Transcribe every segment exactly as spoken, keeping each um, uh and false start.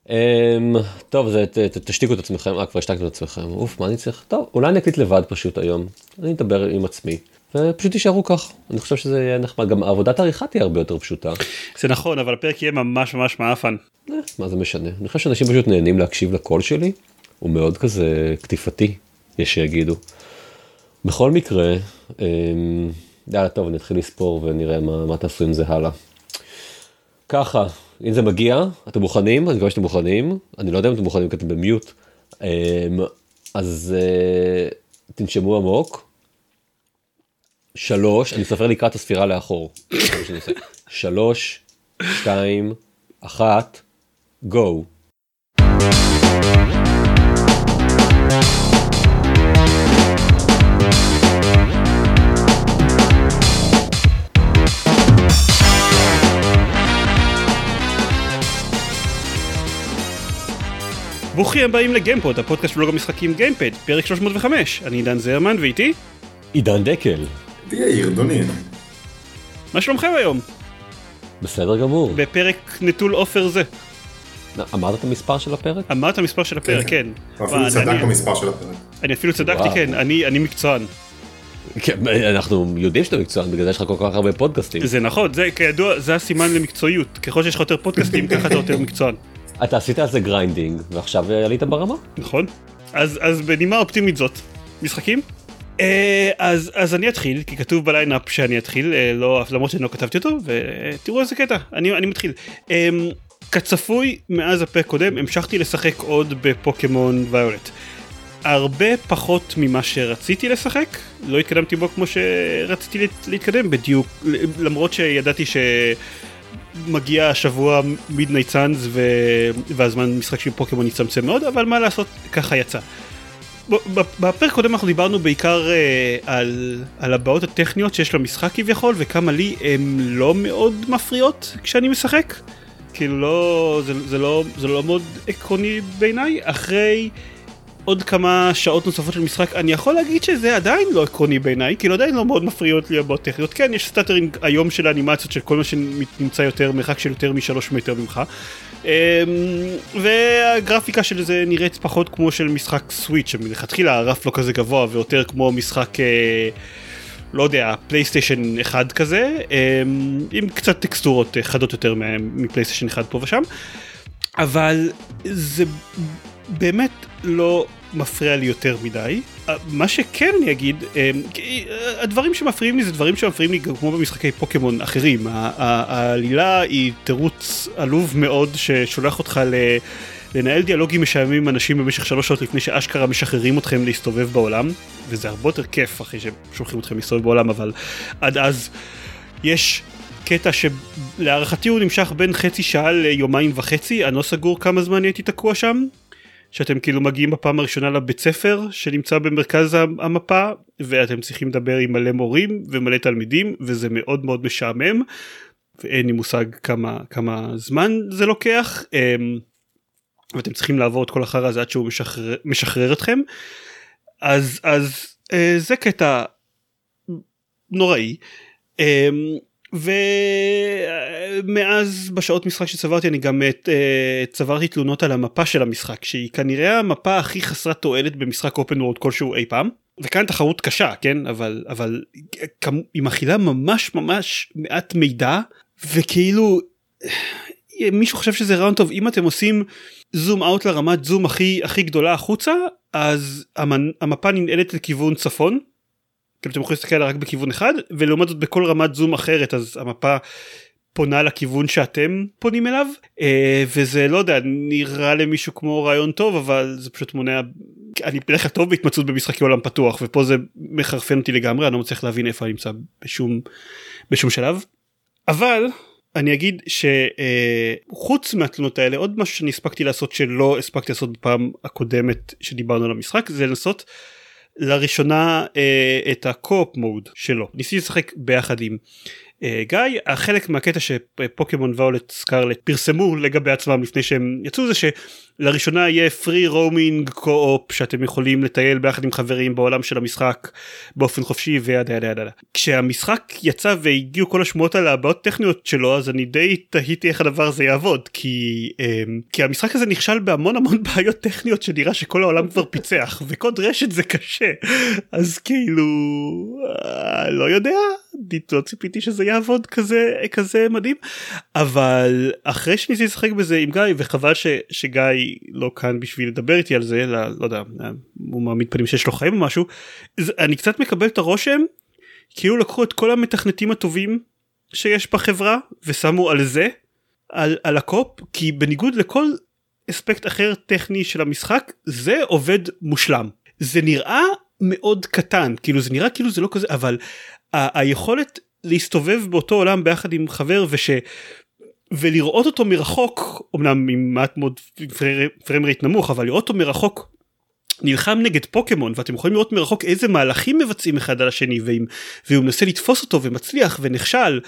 טוב, תשתיקו את עצמכם, אה, כבר השתקנו את עצמכם, אוף, מה אני צריך? טוב, אולי אני אקליט לבד פשוט היום, אני אדבר עם עצמי, ופשוט תישארו כך, אני חושב שזה יהיה נחמד, גם עבודת העריכה תהיה הרבה יותר פשוטה. זה נכון, אבל הפרק יהיה ממש ממש מאפן. מה זה משנה, אני חושב שאנשים פשוט נהנים להקשיב לקול שלי, הוא מאוד כזה כתיפתי, יש שיגידו. בכל מקרה, יאללה טוב, אני אתחיל לספור ונראה מה, מה תעשו עם זה הלאה. ככה, אם זה מגיע, אתם מוכנים? אני מקווה שאתם מוכנים. אני לא יודע אם אתם מוכנים, כי אתם במיוט. אז תנשמו עמוק. שלוש, אני סופר לקראת הספירה לאחור. שלוש, שתיים, אחת, גו. ברוכים הבאים לגיימפוד, הפודקאסט בלוג המשחקים גיימפד, פרק שלוש מאות וחמש. אני עידן זרמן ואיתי עידן דקל ויאיר דונין. מה שלומכם היום? בסדר גמור. בפרק נטול אופר זה. אמרת את המספר של הפרק? אמרת המספר של הפרק, כן. אפילו צדק במספר של הפרק. אני אפילו צדקתי, כן, אני מקצוען. אנחנו יודעים שאתה מקצוען, בגלל זה יש לך כל כך הרבה פודקאסטים. זה נכון, זה כידוע, זה הסימן למקצועיות. ככל שיש לך יותר פודקאסטים, ככה אתה יותר מקצוען. אתה עשית על זה גריינדינג, ועכשיו עלית ברמה? נכון. אז, אז בנימה אופטימית זאת. משחקים? אז, אז אני אתחיל, כי כתוב בליינאפ שאני אתחיל, לא, למרות שאני לא כתבתי אותו, ותראו איזה קטע, אני, אני מתחיל. כצפוי, מאז הפרק קודם, המשכתי לשחק עוד בפוקימון ויולט. הרבה פחות ממה שרציתי לשחק, לא התקדמתי בו כמו שרציתי להתקדם, בדיוק, למרות שידעתי ש... מגיע השבוע מידנייט סאנס והזמן משחק של פוקימון יצמצם מאוד, אבל מה לעשות, ככה יצא. בפרק קודם אנחנו דיברנו בעיקר על, על הבעיות הטכניות שיש למשחק כביכול, וכמה לי הן לא מאוד מפריעות כשאני משחק. כאילו לא, זה, זה לא, זה לא מאוד עקרוני בעיניי. אחרי עוד כמה שעות נוספות של משחק, אני יכול להגיד שזה עדיין לא עקרוני בעיניי, כאילו עדיין לא מאוד מפריעות לי הבעיות טכניות. כן, יש סטאטרים היום של האנימציות של כל מה שנמצא יותר, מרחק של יותר משלוש מטר ממך. והגרפיקה של זה נראית פחות כמו של משחק סוויץ', שמלכתחילה הרף לא כזה גבוה, ויותר כמו משחק, לא יודע, פלייסטיישן אחד כזה, עם קצת טקסטורות חדות יותר מפלייסטיישן אחד פה ושם. אבל זה באמת לא מפריע לי יותר מדי. מה שכן אני אגיד, הדברים שמפריעים לי זה דברים שמפריעים לי כמו במשחקי פוקימון אחרים. העלילה היא תירוץ עלוב מאוד ששולח אותך לנהל דיאלוגים משעממים עם אנשים במשך שלוש שעות לפני שאשכרה משחררים אתכם להסתובב בעולם, וזה הרבה יותר כיף אחרי ששולחים אתכם להסתובב בעולם, אבל עד אז יש קטע שלהערכתי הוא נמשך בין חצי שעה ליומיים וחצי, אני לא סגור כמה זמן הייתי תקוע שם, שאתם כאילו מגיעים בפעם הראשונה לבית ספר שנמצא במרכז המפה, ואתם צריכים לדבר עם מלא מורים ומלא תלמידים, וזה מאוד מאוד משעמם, ואין לי מושג כמה, כמה זמן זה לוקח, ואתם צריכים לעבור את כל החרא הזה עד שהוא משחרר, משחרר אתכם. אז, אז זה קטע נוראי. ומאז בשעות משחק שצברתי אני גם את, uh, צברתי תלונות על המפה של המשחק, שהיא כנראה המפה הכי חסרת תועלת במשחק אופן וורד כלשהו אי פעם, וכאן תחרות קשה, כן? אבל, אבל היא מכילה ממש ממש מעט מידע, וכאילו מישהו חושב שזה רעיון טוב. אם אתם עושים זום אאוט לרמת זום הכי, הכי גדולה החוצה, אז המפה ננעלת לכיוון צפון, כאילו אתם יכולים להסתכל רק בכיוון אחד, ולעומת זאת בכל רמת זום אחרת, אז המפה פונה לכיוון שאתם פונים אליו, וזה לא יודע, נראה למישהו כמו רעיון טוב, אבל זה פשוט מונע, אני בדרך כלל טוב בהתמצאות במשחקי עולם פתוח, ופה זה מחרפן אותי לגמרי, אני לא מצליח להבין איפה אני נמצא בשום, בשום שלב. אבל אני אגיד שחוץ מהתלונות האלה, עוד משהו שאני הספקתי לעשות שלא הספקתי לעשות בפעם הקודמת שדיברנו על המשחק, זה לנסות לראשונה אה, את הקו-אופ מוד שלו. ניסיתי לשחק ביחד עם גיא, החלק מהקטע שפוקימון ואולט סקרלט פרסמו לגבי עצמם לפני שהם יצאו זה שלראשונה יהיה פרי רומינג קו-אופ שאתם יכולים לטייל ביחד עם חברים בעולם של המשחק באופן חופשי וידה ידה ידה. כשהמשחק יצא והגיעו כל השמועות על הבעיות טכניות שלו, אז אני די תהיתי איך הדבר הזה יעבוד, כי, כי המשחק הזה נכשל בהמון המון בעיות טכניות שנראה שכל העולם כבר פיצח, וקוד רשת זה קשה, אז כאילו לא יודע, לא ציפיתי שזה יעבוד כזה כזה מדהים, אבל אחרי שניסי לשחק בזה עם גיא, וחבל ש, שגיא לא כאן בשביל לדבר איתי על זה, לא, לא יודע, הוא מעמיד פנים שיש לו חיים או משהו, אני קצת מקבל את הרושם כאילו לקחו את כל המתכנתים הטובים שיש בחברה ושמו על זה, על, על הקופ, כי בניגוד לכל אספקט אחר טכני של המשחק, זה עובד מושלם. זה נראה מאוד קטן, כאילו זה נראה כאילו זה לא כזה, אבל ה- היכולת להסתובב באותו עולם ביחד עם חבר וש... ולראות אותו מרחוק, אמנם עם מעט מאוד פריים רייט נמוך, אבל לראות אותו מרחוק נלחם נגד פוקימון, ואתם יכולים לראות מרחוק איזה מהלכים מבצעים אחד על השני, ואם, והוא מנסה לתפוס אותו ומצליח ונכשל,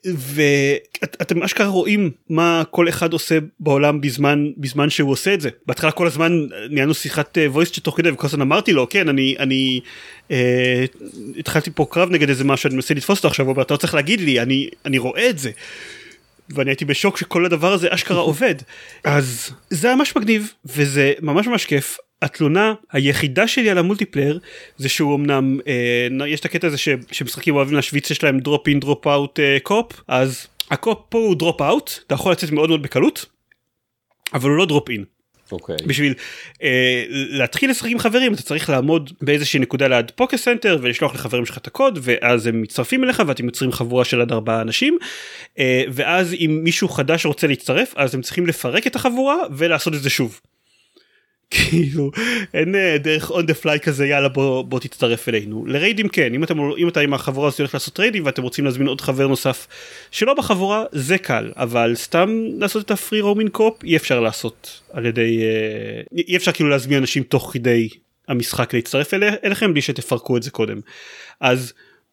ואתם אשכרה רואים מה כל אחד עושה בעולם בזמן, בזמן שהוא עושה את זה. בהתחלה כל הזמן ניהלנו שיחת וויס שתוך כדי, וכל הזמן אמרתי לו, כן, אני, אני אה, התחלתי פה קרב נגד איזה משהו, אני מנסה לתפוס אותו עכשיו, אבל אתה לא צריך להגיד לי, אני, אני רואה את זה. ואני הייתי בשוק שכל הדבר הזה אשכרה עובד. אז זה ממש מגניב, וזה ממש ממש כיף. התלונה היחידה שלי על המולטיפלייר זה שהוא אמנם אה, יש את הקטע הזה ש, שמשחקים אוהבים להשוויץ, יש להם דרופ אין דרופ אאוט קופ, אז הקופ פה הוא דרופ אאוט, אתה יכול לצאת מאוד מאוד בקלות, אבל הוא לא דרופ אין. Okay. בשביל אה, להתחיל לשחק עם חברים אתה צריך לעמוד באיזושהי נקודה ליד פוקר סנטר ולשלוח לחברים שלך את הקוד, ואז הם מצטרפים אליך ואתם יוצרים חבורה של עד ארבעה אנשים, אה, ואז אם מישהו חדש רוצה להצטרף אז הם צריכים לפרק את החבורה ולעשות את זה שוב. כאילו אין דרך on the fly כזה יאללה בוא, בוא תצטרף אלינו. לריידים כן, אם אתם, אם אתה עם החבורה הזאת הולך לעשות ריידים ואתם רוצים להזמין עוד חבר נוסף שלא בחבורה זה קל, אבל סתם לעשות את הפרי רומינג קופ אי אפשר לעשות על ידי, אי אפשר כאילו להזמין אנשים תוך כדי המשחק להצטרף אל, אליכם בלי שתפרקו את זה קודם. אז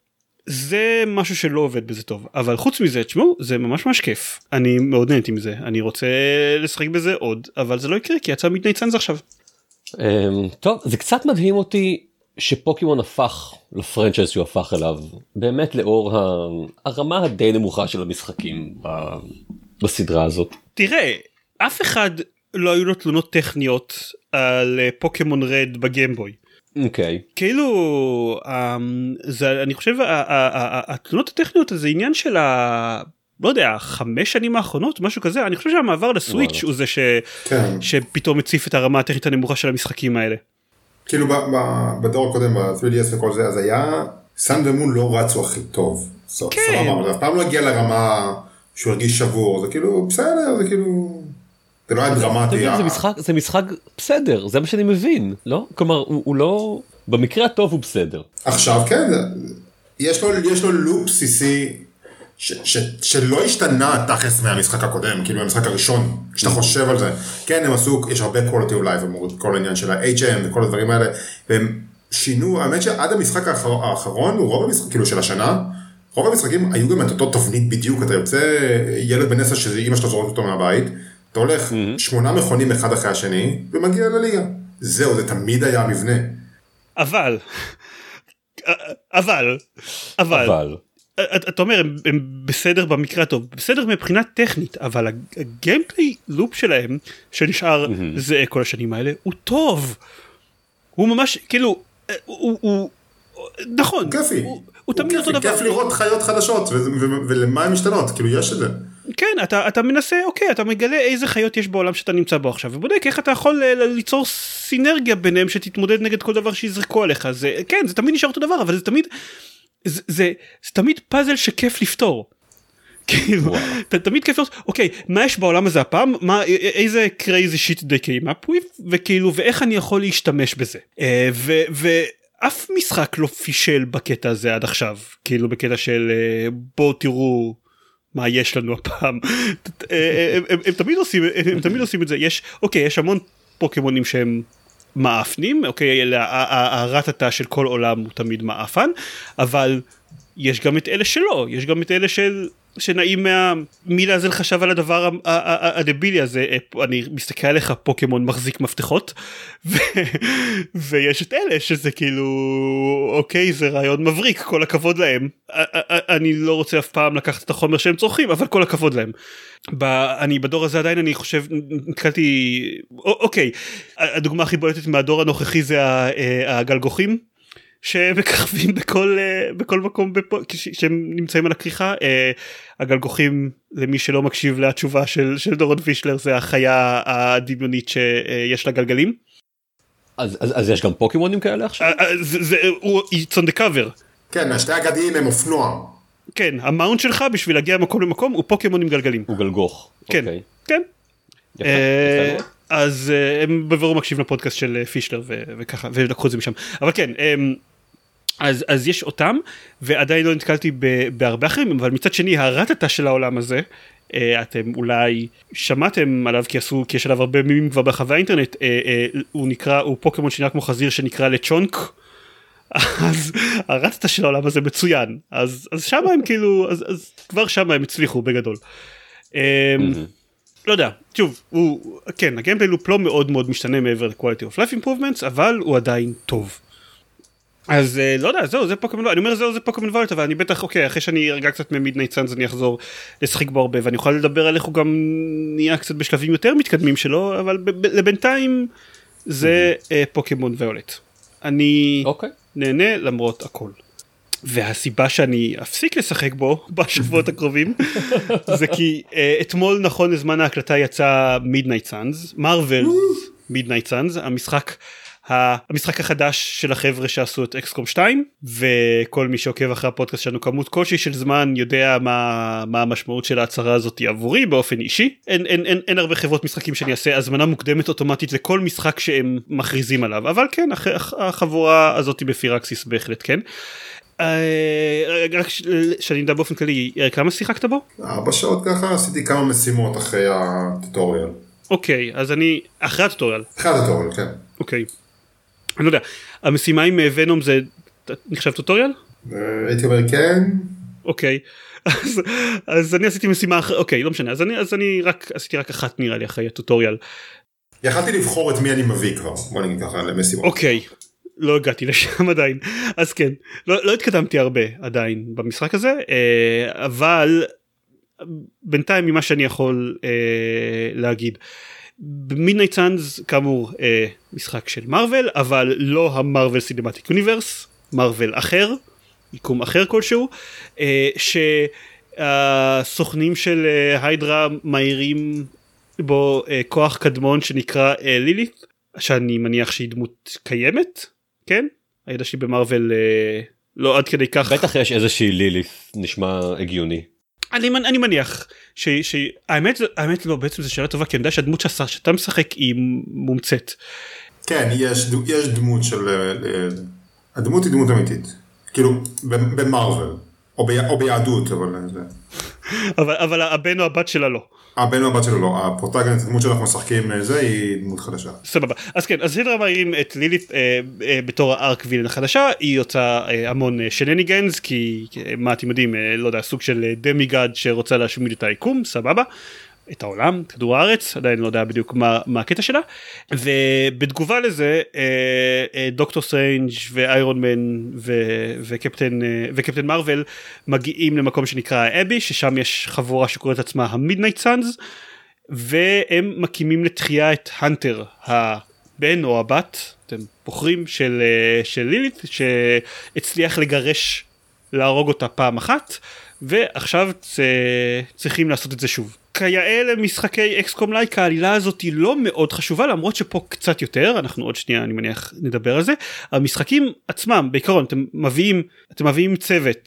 זה משהו שלא עובד בזה טוב, אבל חוץ מזה, תשמעו, זה ממש ממש כיף. אני מאוד נהנתי מזה, אני רוצה לשחק בזה עוד, אבל זה לא יקרה, כי יצא מידנייט סאנס עכשיו. טוב, זה קצת מדהים אותי שפוקימון הפך לפרנצ'ייז שהוא הפך אליו, באמת לאור הרמה הדי נמוכה של המשחקים בסדרה הזאת. תראה, אף אחד לא היו לו תלונות טכניות על פוקימון רד בגיימבוי. אוקיי. כאילו, זה, אני חושב, התלונות הטכניות זה עניין של ה... לא יודע, חמש שנים האחרונות, משהו כזה. אני חושב שהמעבר לסוויץ' הוא זה שפתאום מציף את הרמה הטכנית הנמוכה של המשחקים האלה. כאילו, בדור הקודם, ב-תרי די אס וכל זה, אז היה, סן ומון לא רצו הכי טוב. כן. סבבה, אף פעם לא הגיע לרמה שהוא הרגיש שבור, זה כאילו, בסדר, זה כאילו... זה לא היה דרמטי. זה משחק, זה משחק בסדר, זה מה שאני מבין, לא? כלומר, הוא, הוא לא, במקרה הטוב הוא בסדר. עכשיו כן, יש לו, יש לו לופ בסיסי, ש, ש, שלא השתנה תכלס מהמשחק הקודם, כאילו מהמשחק הראשון, כשאתה חושב על זה. כן, הם עשו, יש הרבה quality of life, אמרו, כל העניין של ה-אייץ' אם וכל הדברים האלה, והם שינו, האמת שעד המשחק האחרון, הוא רוב המשחק, כאילו של השנה, רוב המשחקים היו גם את אותו תבנית בדיוק, אתה יוצא ילד בן עשר שאמא שלו זורקת אותו מהבית, אתה הולך mm-hmm. שמונה מכונים אחד אחרי השני, ומגיע לליגה. זהו, זה תמיד היה המבנה. אבל, אבל, אבל, אבל. אתה אומר, הם, הם בסדר במקרה הטוב, בסדר מבחינה טכנית, אבל הגיימפליי לופ שלהם, שנשאר mm-hmm. זה כל השנים האלה, הוא טוב. הוא ממש, כאילו, הוא, הוא, נכון. הוא כיפי. הוא, הוא תמיד אותו דבר. כיף לראות חיות חדשות, ולמה הן משתנות, כאילו יש את זה. כן, אתה, אתה מנסה, אוקיי, אתה מגלה איזה חיות יש בעולם שאתה נמצא בו עכשיו, ובודק איך אתה יכול ליצור סינרגיה ביניהם שתתמודד נגד כל דבר שיזרקו עליך. זה, כן, זה תמיד נשאר אותו דבר, אבל זה תמיד, זה, זה, זה תמיד פאזל שכיף לפתור. כאילו, תמיד כיף לפתור, אוקיי, מה יש בעולם הזה הפעם? מה, איזה crazy shit they came up with, וכאילו, ואיך אני יכול להשתמש בזה? ו, ואף משחק לא פישל בקטע הזה עד עכשיו, כאילו בקטע של בואו תראו, מה יש לנו הפעם. הם תמיד עושים, הם תמיד עושים את זה. יש, אוקיי, יש המון פוקימונים שהם מאפנים, אוקיי, הרטטה של כל עולם הוא תמיד מאפן, אבל יש גם את אלה שלא, יש גם את אלה של... שנעים מה... מי לעזל חשב על הדבר הדבילי הזה, אני מסתכל עליך, פוקימון מחזיק מפתחות, ו... ויש את אלה שזה כאילו, אוקיי, זה רעיון מבריק, כל הכבוד להם. אני לא רוצה אף פעם לקחת את החומר שהם צורכים, אבל כל הכבוד להם. ב... אני בדור הזה עדיין, אני חושב, נתקלתי, אוקיי, הדוגמה הכי בולטת מהדור הנוכחי זה הגלגוחים, שמככבים בכל, בכל מקום שהם נמצאים על הכריכה. הגלגוחים, למי שלא מקשיב לתשובה של, של דורון וישלר, זה החיה הדמיונית שיש לה גלגלים. אז, אז, אז יש גם פוקימונים כאלה עכשיו? זה, זה, הוא, it's on the cover. כן, שתי הגדיים הם אופנוע. כן, המאונט שלך בשביל להגיע מקום למקום הוא פוקימון עם גלגלים. הוא גלגוך. כן, אוקיי. כן. יפה, יפה. אז הם בבירור מקשיב לפודקאסט של פישלר וככה, ולקחו את זה משם. אבל כן, אז, אז יש אותם, ועדיין לא נתקלתי בהרבה אחרים, אבל מצד שני, הרטטה של העולם הזה, אתם אולי שמעתם עליו, כי עשו, כי יש עליו הרבה מימים כבר ברחבי האינטרנט, הוא נקרא, הוא פוקימון שנראה כמו חזיר שנקרא לצ'ונק, אז הרטטה של העולם הזה מצוין, אז, אז שם הם כאילו, אז, אז כבר שם הם הצליחו בגדול. לא יודע, שוב, הוא, כן, הגיימפליי הוא לא מאוד מאוד משתנה מעבר ל-quality of life improvements, אבל הוא עדיין טוב. אז לא יודע, זהו, זה פוקימון, אני אומר זהו, זה פוקימון וולט, אבל אני בטח, אוקיי, אחרי שאני ארגע קצת ממידנייט סאנס, אני אחזור לשחק בו הרבה, ואני יכול לדבר על איך הוא גם נהיה קצת בשלבים יותר מתקדמים שלו, אבל לבינתיים זה פוקימון וולט. אני נהנה למרות הכל. והסיבה שאני אפסיק לשחק בו בשבועות הקרובים, זה כי אתמול נכון לזמן ההקלטה יצא מידנייט סאנס, מרוול מידנייט סאנס, המשחק המשחק החדש של החבר'ה שעשו את אקס קום שתיים, וכל מי שעוקב אחרי הפודקאסט שלנו כמות כלשהי של זמן יודע מה, מה המשמעות של ההצהרה הזאת עבורי באופן אישי. אין, אין, אין, אין הרבה חברות משחקים שאני אעשה הזמנה מוקדמת אוטומטית לכל משחק שהם מכריזים עליו, אבל כן, החבורה הזאת בפירקסיס בהחלט כן. רק שאני יודע באופן כללי, כמה שיחקת בו? ארבע שעות ככה, עשיתי כמה משימות אחרי הטוטוריאל. אוקיי, אז אני, אחרי הטוטוריאל. אחרי הטוטוריאל, כן. אוקיי. אני לא יודע, המשימה עם ונום זה נחשב טוטוריאל? הייתי אומר כן. אוקיי, אז, אז אני עשיתי משימה אחרי, אוקיי, לא משנה, אז אני, אז אני רק, עשיתי רק אחת נראה לי אחרי הטוטוריאל. יכלתי לבחור את מי אני מביא כבר, בוא נגיד ככה למשימות. אוקיי, לא הגעתי לשם עדיין, אז כן, לא, לא התקדמתי הרבה עדיין במשחק הזה, אבל בינתיים ממה שאני יכול להגיד, במידנייט סאנס כאמור אה, משחק של מרוול, אבל לא המרוול סינמטיק יוניברס, מרוול אחר, יקום אחר כלשהו, אה, שהסוכנים של אה, היידרה מהירים בו אה, כוח קדמון שנקרא אה, לילית, שאני מניח שהיא דמות קיימת, כן? הידע שלי במרוול אה, לא עד כדי כך. בטח יש איזושהי לילית, נשמע הגיוני. אני, אני מניח ש, ש, האמת, האמת לא, בעצם זו שאלה טובה, כי אני יודע שהדמות שאתה, שאתה משחק היא מומצאת. כן, יש, יש דמות של, הדמות היא דמות אמיתית, כאילו במרוול, או, ב, או ביהדות, אבל זה. אבל, אבל הבן או הבת שלה לא. הבן או הבת שלה לא, הפרוטגנית, הדמות שאנחנו משחקים זה, היא דמות חדשה. סבבה, אז כן, אז הידרה מעירים את לילית אה, אה, בתור הארק וילן החדשה, היא יוצאה אה, המון אה, שנניגנס, כי אה, מה אתם יודעים, אה, לא יודע, סוג של אה, דמיגאד שרוצה להשמיד את היקום, סבבה, את העולם, כדור הארץ, עדיין לא יודע בדיוק מה, מה הקטע שלה, ובתגובה לזה, אה, אה, דוקטור סטרנג' ואיירון מן ו- וקפטן, אה, וקפטן מרוול מגיעים למקום שנקרא אבי, ששם יש חבורה שקוראת עצמה המידנייט סאנס, והם מקימים לתחייה את הנטר, הבן או הבת, אתם בוחרים, של, אה, של לילית, שהצליח לגרש, להרוג אותה פעם אחת, ועכשיו צריכים לעשות את זה שוב. כיאה למשחקי אקס-קום לייק, העלילה הזאת היא לא מאוד חשובה, למרות שפה קצת יותר, אנחנו עוד שנייה אני מניח נדבר על זה. המשחקים עצמם, בעיקרון, אתם מביאים, אתם מביאים צוות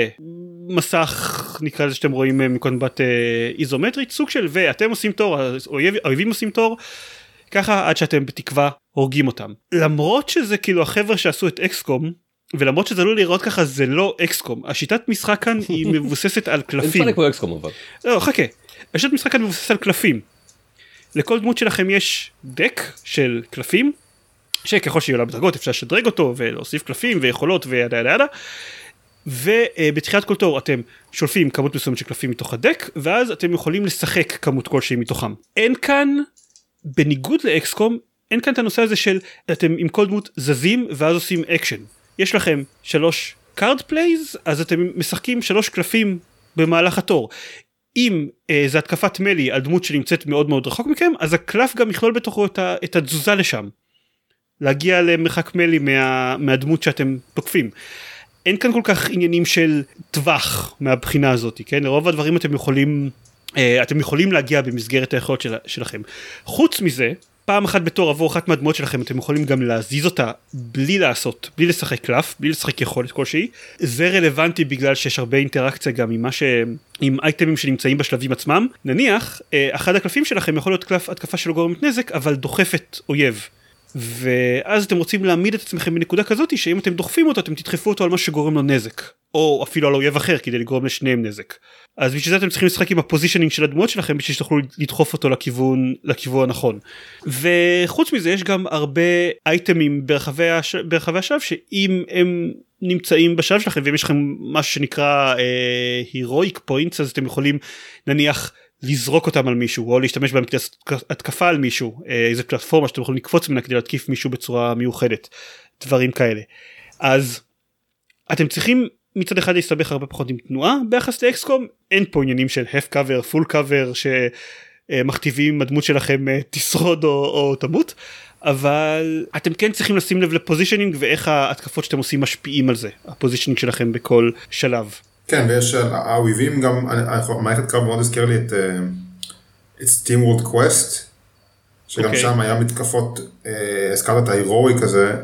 למסך, נקרא לזה שאתם רואים מקונבט איזומטרית, סוג של, ואתם עושים תור, האויבים עושים תור, ככה עד שאתם בתקווה הורגים אותם. למרות שזה כאילו החבר'ה שעשו את אקס-קום, ולמרות שזה לא לראות ככה, זה לא אקס-קום. השיטת משחק כאן היא מבוססת על קלפים. אין צחק כמו אקס-קום אבל. לא, חכה. השיטת משחק כאן מבוססת על קלפים. לכל דמות שלכם יש דק של קלפים, שככל שהיא עולה בדרגות אפשר לשדרג אותו, ולהוסיף קלפים ויכולות וידה ידה ידה. ובתחילת כל תור אתם שולפים כמות מסוימת של קלפים מתוך הדק, ואז אתם יכולים לשחק כמות כלשהי מתוכם. אין כאן, בניגוד לאקסקום, אין כאן את הנושא הזה של אתם עם כל דמות זזים ואז עושים אקשן. יש לכם שלוש קארד פלייז, אז אתם משחקים שלוש קלפים במהלך התור. אם אה, זה התקפת מלי על דמות שנמצאת מאוד מאוד רחוק מכם, אז הקלף גם יכלול בתוכו את, ה, את התזוזה לשם. להגיע למרחק מלי מה, מהדמות שאתם תוקפים. אין כאן כל כך עניינים של טווח מהבחינה הזאת, כן? לרוב הדברים אתם יכולים, אה, אתם יכולים להגיע במסגרת היכולות של, שלכם. חוץ מזה, פעם אחת בתור עבור אחת מהדמות שלכם, אתם יכולים גם להזיז אותה בלי לעשות, בלי לשחק קלף, בלי לשחק יכולת כלשהי. זה רלוונטי בגלל שיש הרבה אינטראקציה גם עם מה ש... עם אייטמים שנמצאים בשלבים עצמם. נניח, אחד הקלפים שלכם יכול להיות קלף התקפה שלא גורמת נזק, אבל דוחפת אויב. ואז אתם רוצים להעמיד את עצמכם בנקודה כזאת, שאם אתם דוחפים אותו, אתם תדחפו אותו על מה שגורם לו נזק. או אפילו על אויב אחר, כדי לגרום לשניהם נזק. אז בשביל זה אתם צריכים לשחק עם הפוזישנינג של הדמויות שלכם, בשביל שתוכלו לדחוף אותו לכיוון, לכיוון הנכון. וחוץ מזה, יש גם הרבה אייטמים ברחבי, הש... ברחבי השלב, שאם הם נמצאים בשלב שלכם, ואם יש לכם משהו שנקרא אה, heroic points, אז אתם יכולים, נניח, לזרוק אותם על מישהו, או להשתמש בהם כהתקפה על מישהו, איזו פלטפורמה שאתם יכולים לקפוץ ממנה כדי להתקיף מישהו בצורה מיוחדת, דברים כאלה. אז אתם צריכים מצד אחד להסתבך הרבה פחות עם תנועה, ביחס לאקסקום, אין פה עניינים של half cover, full cover, שמכתיבים הדמות שלכם תשרוד או, או תמות, אבל אתם כן צריכים לשים לב לפוזישנינג, ואיך ההתקפות שאתם עושים משפיעים על זה, הפוזישנינג שלכם בכל שלב. כן, ויש האויבים גם, המערכת קרב מאוד הזכיר לי את את Steam World Quest, שגם שם היה מתקפות, הזכרת את ההירואי כזה,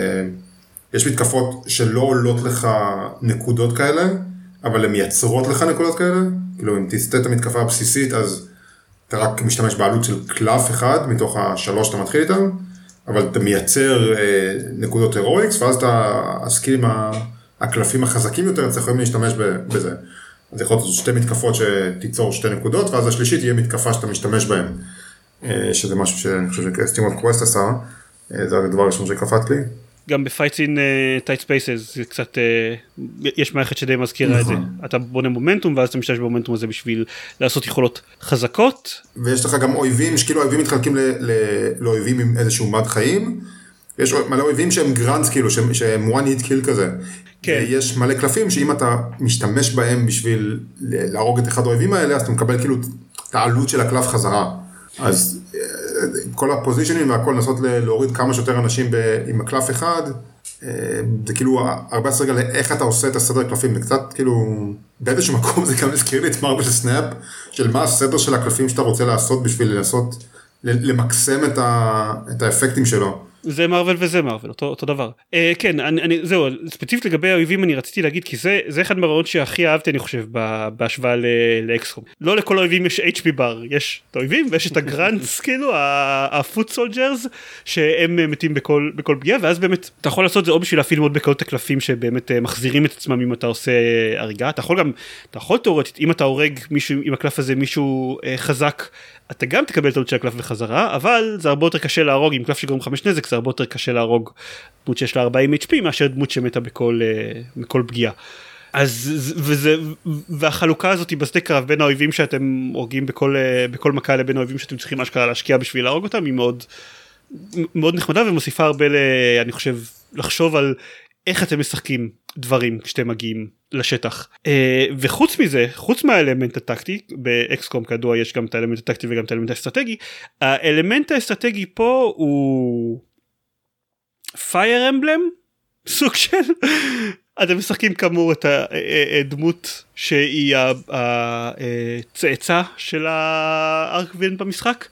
יש מתקפות שלא עולות לך נקודות כאלה, אבל הן מייצרות לך נקודות כאלה, כאילו אם תסתה את המתקפה הבסיסית, אז אתה רק משתמש בעלות של קלף אחד, מתוך השלוש שאתה מתחיל איתם, אבל אתה מייצר נקודות הירואיקס, ואז אתה עסקים עם ה... הקלפים החזקים יותר, אז יכולים להשתמש בזה. אז יכול להיות שתי מתקפות שתיצור שתי נקודות, ואז השלישית יהיה מתקפה שאתה משתמש בהן. שזה משהו שאני חושב שסטים אוף קווסט עשה, זה הדבר הראשון שקפת לי. גם בפייטס אין טייט ספייסס, זה קצת, יש מערכת שדי מזכירה את זה. אתה בונה מומנטום, ואז אתה משתמש במומנטום הזה בשביל לעשות יכולות חזקות. ויש לך גם אויבים, שכאילו אויבים מתחלקים לאויבים עם איזשהו מד חיים, יש מלא אויבים שהם גרנדס, כאילו, שהם one hit kill כזה. כן. יש מלא קלפים שאם אתה משתמש בהם בשביל להרוג את אחד האויבים האלה, אז אתה מקבל כאילו את העלות של הקלף חזרה. אז כל הפוזישנים והכל לנסות להוריד כמה שיותר אנשים עם הקלף אחד, זה כאילו הרבה עשרה רגע לאיך אתה עושה את הסדר הקלפים, זה קצת כאילו, באיזשהו מקום זה גם הזכיר לי את מרבל סנאפ, של מה הסדר של הקלפים שאתה רוצה לעשות בשביל לנסות למקסם את, ה, את האפקטים שלו. זה מרוול וזה מרוול, אותו, אותו דבר. Uh, כן, אני, אני, זהו, ספציפית לגבי האויבים אני רציתי להגיד, כי זה, זה אחד מהרעיונות שהכי אהבתי, אני חושב, בהשוואה לאקסקום. לא לכל האויבים יש אייץ' פי בר, יש את האויבים ויש את הגרנדס, כאילו, הפוט סולג'רס, שהם מתים בכל, בכל פגיעה, ואז באמת, אתה יכול לעשות זה או בשביל להפעיל מאוד בקלות את הקלפים, שבאמת מחזירים את עצמם אם אתה עושה הריגה, אתה יכול גם, אתה יכול תיאורטית, אם אתה הורג מישהו, עם הקלף הזה מישהו uh, חזק, אתה גם תקבל את העלות של הקלף בחזרה, אבל זה הרבה יותר קשה להרוג, עם קלף שגורם חמש נזק, זה הרבה יותר קשה להרוג דמות שיש לה ארבעים אייץ' פי, מאשר דמות שמתה בכל, בכל פגיעה. אז, וזה, והחלוקה הזאת בשדה קרב בין האויבים שאתם הורגים בכל, בכל מכה לבין האויבים שאתם צריכים אשכרה להשקיע בשביל להרוג אותם, היא מאוד, מאוד נחמדה ומוסיפה הרבה, ל, אני חושב, לחשוב על איך אתם משחקים דברים כשאתם מגיעים לשטח. וחוץ מזה, חוץ מהאלמנט הטקטי, באקסקום כדוע יש גם את האלמנט הטקטי וגם את האלמנט האסטרטגי, האלמנט האסטרטגי פה הוא פייר אמבלם, סוג של, אתם משחקים כאמור את הדמות שהיא הצאצא של הארקווין במשחק,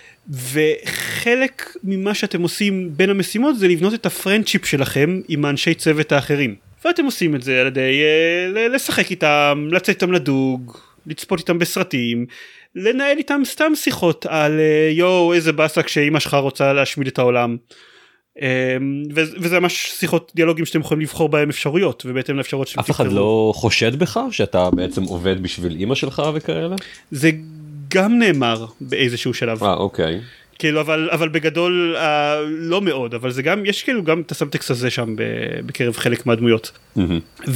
וחלק ממה שאתם עושים בין המשימות זה לבנות את הפרנדשיפ שלכם עם האנשי צוות האחרים. ואתם עושים את זה על ידי לשחק איתם, לצאת איתם לדוג, לצפות איתם בסרטים, לנהל איתם סתם שיחות על יו איזה באסה כשאמא שלך רוצה להשמיד את העולם. וזה ממש שיחות דיאלוגים שאתם יכולים לבחור בהם אפשרויות, ובהתאם לאפשרויות שאתם אף אחד לא חושד בך שאתה בעצם עובד בשביל אמא שלך וכאלה? זה גם נאמר באיזשהו שלב. אה, אוקיי. כאילו, אבל, אבל בגדול אה, לא מאוד, אבל זה גם, יש כאילו גם את הסאבטקסט הזה שם בקרב חלק מהדמויות. Mm-hmm.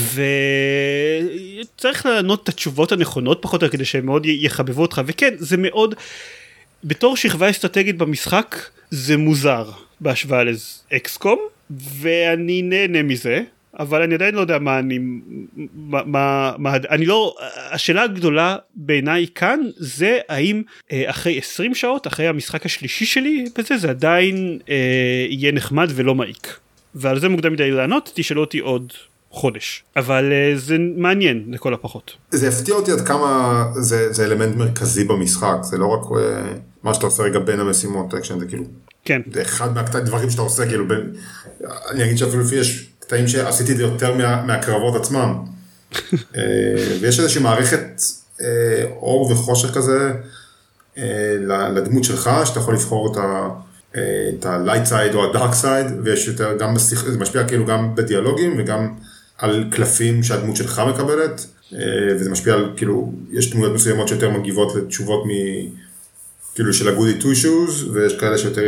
וצריך לענות את התשובות הנכונות פחות או כדי שהם מאוד יחבבו אותך, וכן, זה מאוד, בתור שכבה אסטרטגית במשחק, זה מוזר בהשוואה לאקסקום, ואני נהנה מזה. אבל אני עדיין לא יודע מה אני, מה, מה, מה, אני לא, השאלה הגדולה בעיניי כאן, זה האם אה, אחרי עשרים שעות, אחרי המשחק השלישי שלי בזה, זה עדיין אה, יהיה נחמד ולא מעיק. ועל זה מוקדם מדי לענות, תשאלו אותי עוד חודש. אבל אה, זה מעניין לכל הפחות. זה הפתיע אותי עד כמה זה, זה אלמנט מרכזי במשחק, זה לא רק אה, מה שאתה עושה רגע בין המשימות, אקשן, זה כאילו, כן. זה אחד מהדברים שאתה עושה, כאילו, בין, אני אגיד שאפילו לפי יש, קטעים שעשיתי את זה יותר מה, מהקרבות עצמם. ויש איזושהי מערכת אור וחושך כזה לדמות שלך, שאתה יכול לבחור את ה-light side או ה-dark side, ויש יותר גם בשיח, זה משפיע כאילו גם בדיאלוגים וגם על קלפים שהדמות שלך מקבלת, וזה משפיע על כאילו, יש דמויות מסוימות שיותר מגיבות לתשובות מ... כאילו של ה-goody two shoes, ויש כאלה שיותר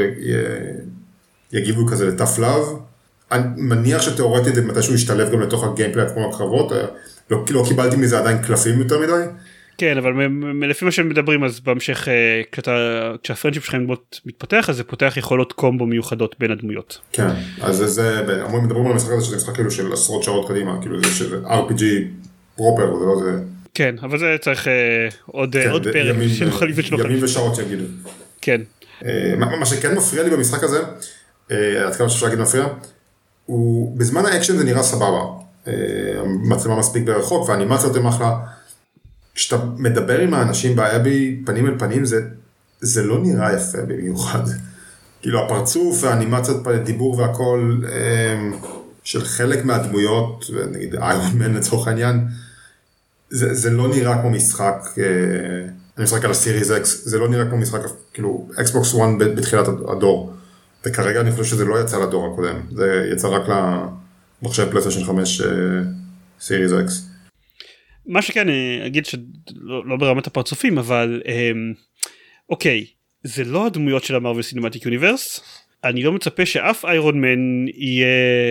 יגיבו כזה ל-tough love. אני מניח שתיאורטית מתישהו ישתלב גם לתוך הגיימפליי כמו הקרבות, לא, לא קיבלתי מזה עדיין קלפים יותר מדי. כן, אבל לפי מה שהם מדברים, אז בהמשך, כשהפרנדשיפ שלכם מתפתח, אז זה פותח יכולות קומבו מיוחדות בין הדמויות. כן, אז זה, אומרים, מדברים על המשחק הזה, שזה משחק כאילו של עשרות שעות קדימה, כאילו זה של אר פי ג'י פרופר, זה לא זה... כן, אבל זה צריך עוד פרק של חליף ושלו חליף. ימים ושעות שיגידו. כן. מה שכן מפריע לי במשחק הזה, עד כמה שאפשר להגיד מפריע, הוא, בזמן האקשן זה נראה סבבה, המצלמה מספיק ברחוק והאנימציות הם אחלה, כשאתה מדבר עם האנשים באבי פנים אל פנים זה, זה לא נראה יפה במיוחד, כאילו הפרצוף והאנימציות דיבור והכל של חלק מהדמויות, נגיד איירון מן לצורך העניין, זה, זה לא נראה כמו משחק, אני משחק על הסיריס אקס, זה לא נראה כמו משחק, כאילו אקסבוקס וואן בתחילת הדור, וכרגע אני חושב שזה לא יצא לדור הקודם, זה יצא רק למחשב פלייסטיישן חמש סיריס אקס. מה שכן, אני אגיד שלא לא ברמת הפרצופים, אבל אוקיי, זה לא הדמויות של המרוול סינמטיק יוניברס, אני לא מצפה שאף איירון מן יהיה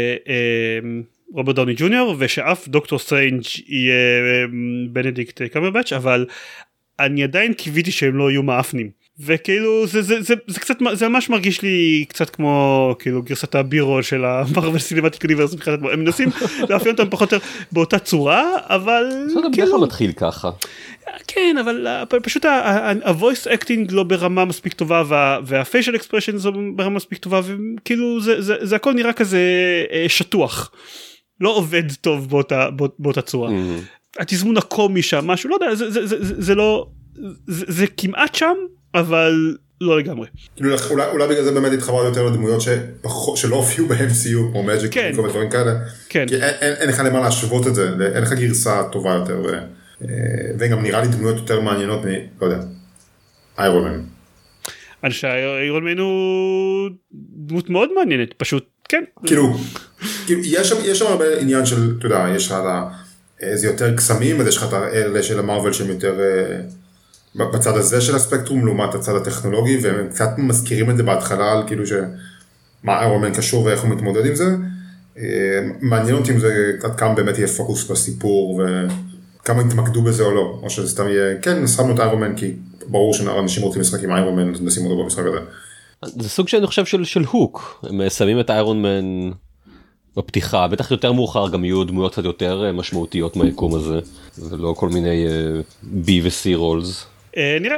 רוברט דאוני ג'וניור, ושאף דוקטור סטרנג' יהיה בנדיקט קמברבץ', אבל אני עדיין קיוויתי שהם לא יהיו מאפנים. וכאילו זה, זה, זה, זה קצת, זה ממש מרגיש לי קצת כמו כאילו גרסת הבירו של המרוול סינמטיק יוניברס, הם מנסים לאפיין אותם פחות או יותר באותה צורה, אבל כאילו... זה מתחיל ככה. כן, אבל פשוט ה-voice acting לא ברמה מספיק טובה, וה-facial expression זו ברמה מספיק טובה, וכאילו זה, זה, זה הכל נראה כזה שטוח. לא עובד טוב באותה, באותה צורה. התזמון הקומי שם, משהו, לא יודע, זה, זה, זה, זה, זה לא... זה, זה כמעט שם, אבל לא לגמרי. כאילו, אולי, אולי בגלל זה באמת התחברת יותר לדמויות שפחות, שלא הופיעו ב-אם סי יו, כמו מג'יק, כן. וכל דברים כאלה. כן. כי אין, אין, אין לך למה להשוות את זה, אין לך גרסה טובה יותר, ו, וגם נראה לי דמויות יותר מעניינות מ, לא יודע, איירון מן. אני חושב שאיירון מן הוא דמות מאוד מעניינת, פשוט, כן. כאילו, כאילו יש, שם, יש שם הרבה עניין של, אתה יודע, יש לך איזה יותר קסמים, אז יש לך את האלה של המרוול שהם יותר... בצד הזה של הספקטרום, לעומת הצד הטכנולוגי, והם קצת מזכירים את זה בהתחלה, על כאילו שמה איירון מן קשור ואיך הוא מתמודד עם זה. מעניין אותי אם זה עד כמה באמת יהיה פוקוס בסיפור, וכמה יתמקדו בזה או לא, או שזה סתם יהיה, כן, שמנו את איירון מן, כי ברור שאנשים רוצים לשחק עם איירון מן, אז נשים אותו במשחק הזה. זה סוג שאני חושב של, של הוק, הם שמים את איירון מן בפתיחה, בטח יותר מאוחר גם יהיו דמויות קצת יותר משמעותיות מהיקום הזה, ולא כל מיני B ו-C רולס. נראה,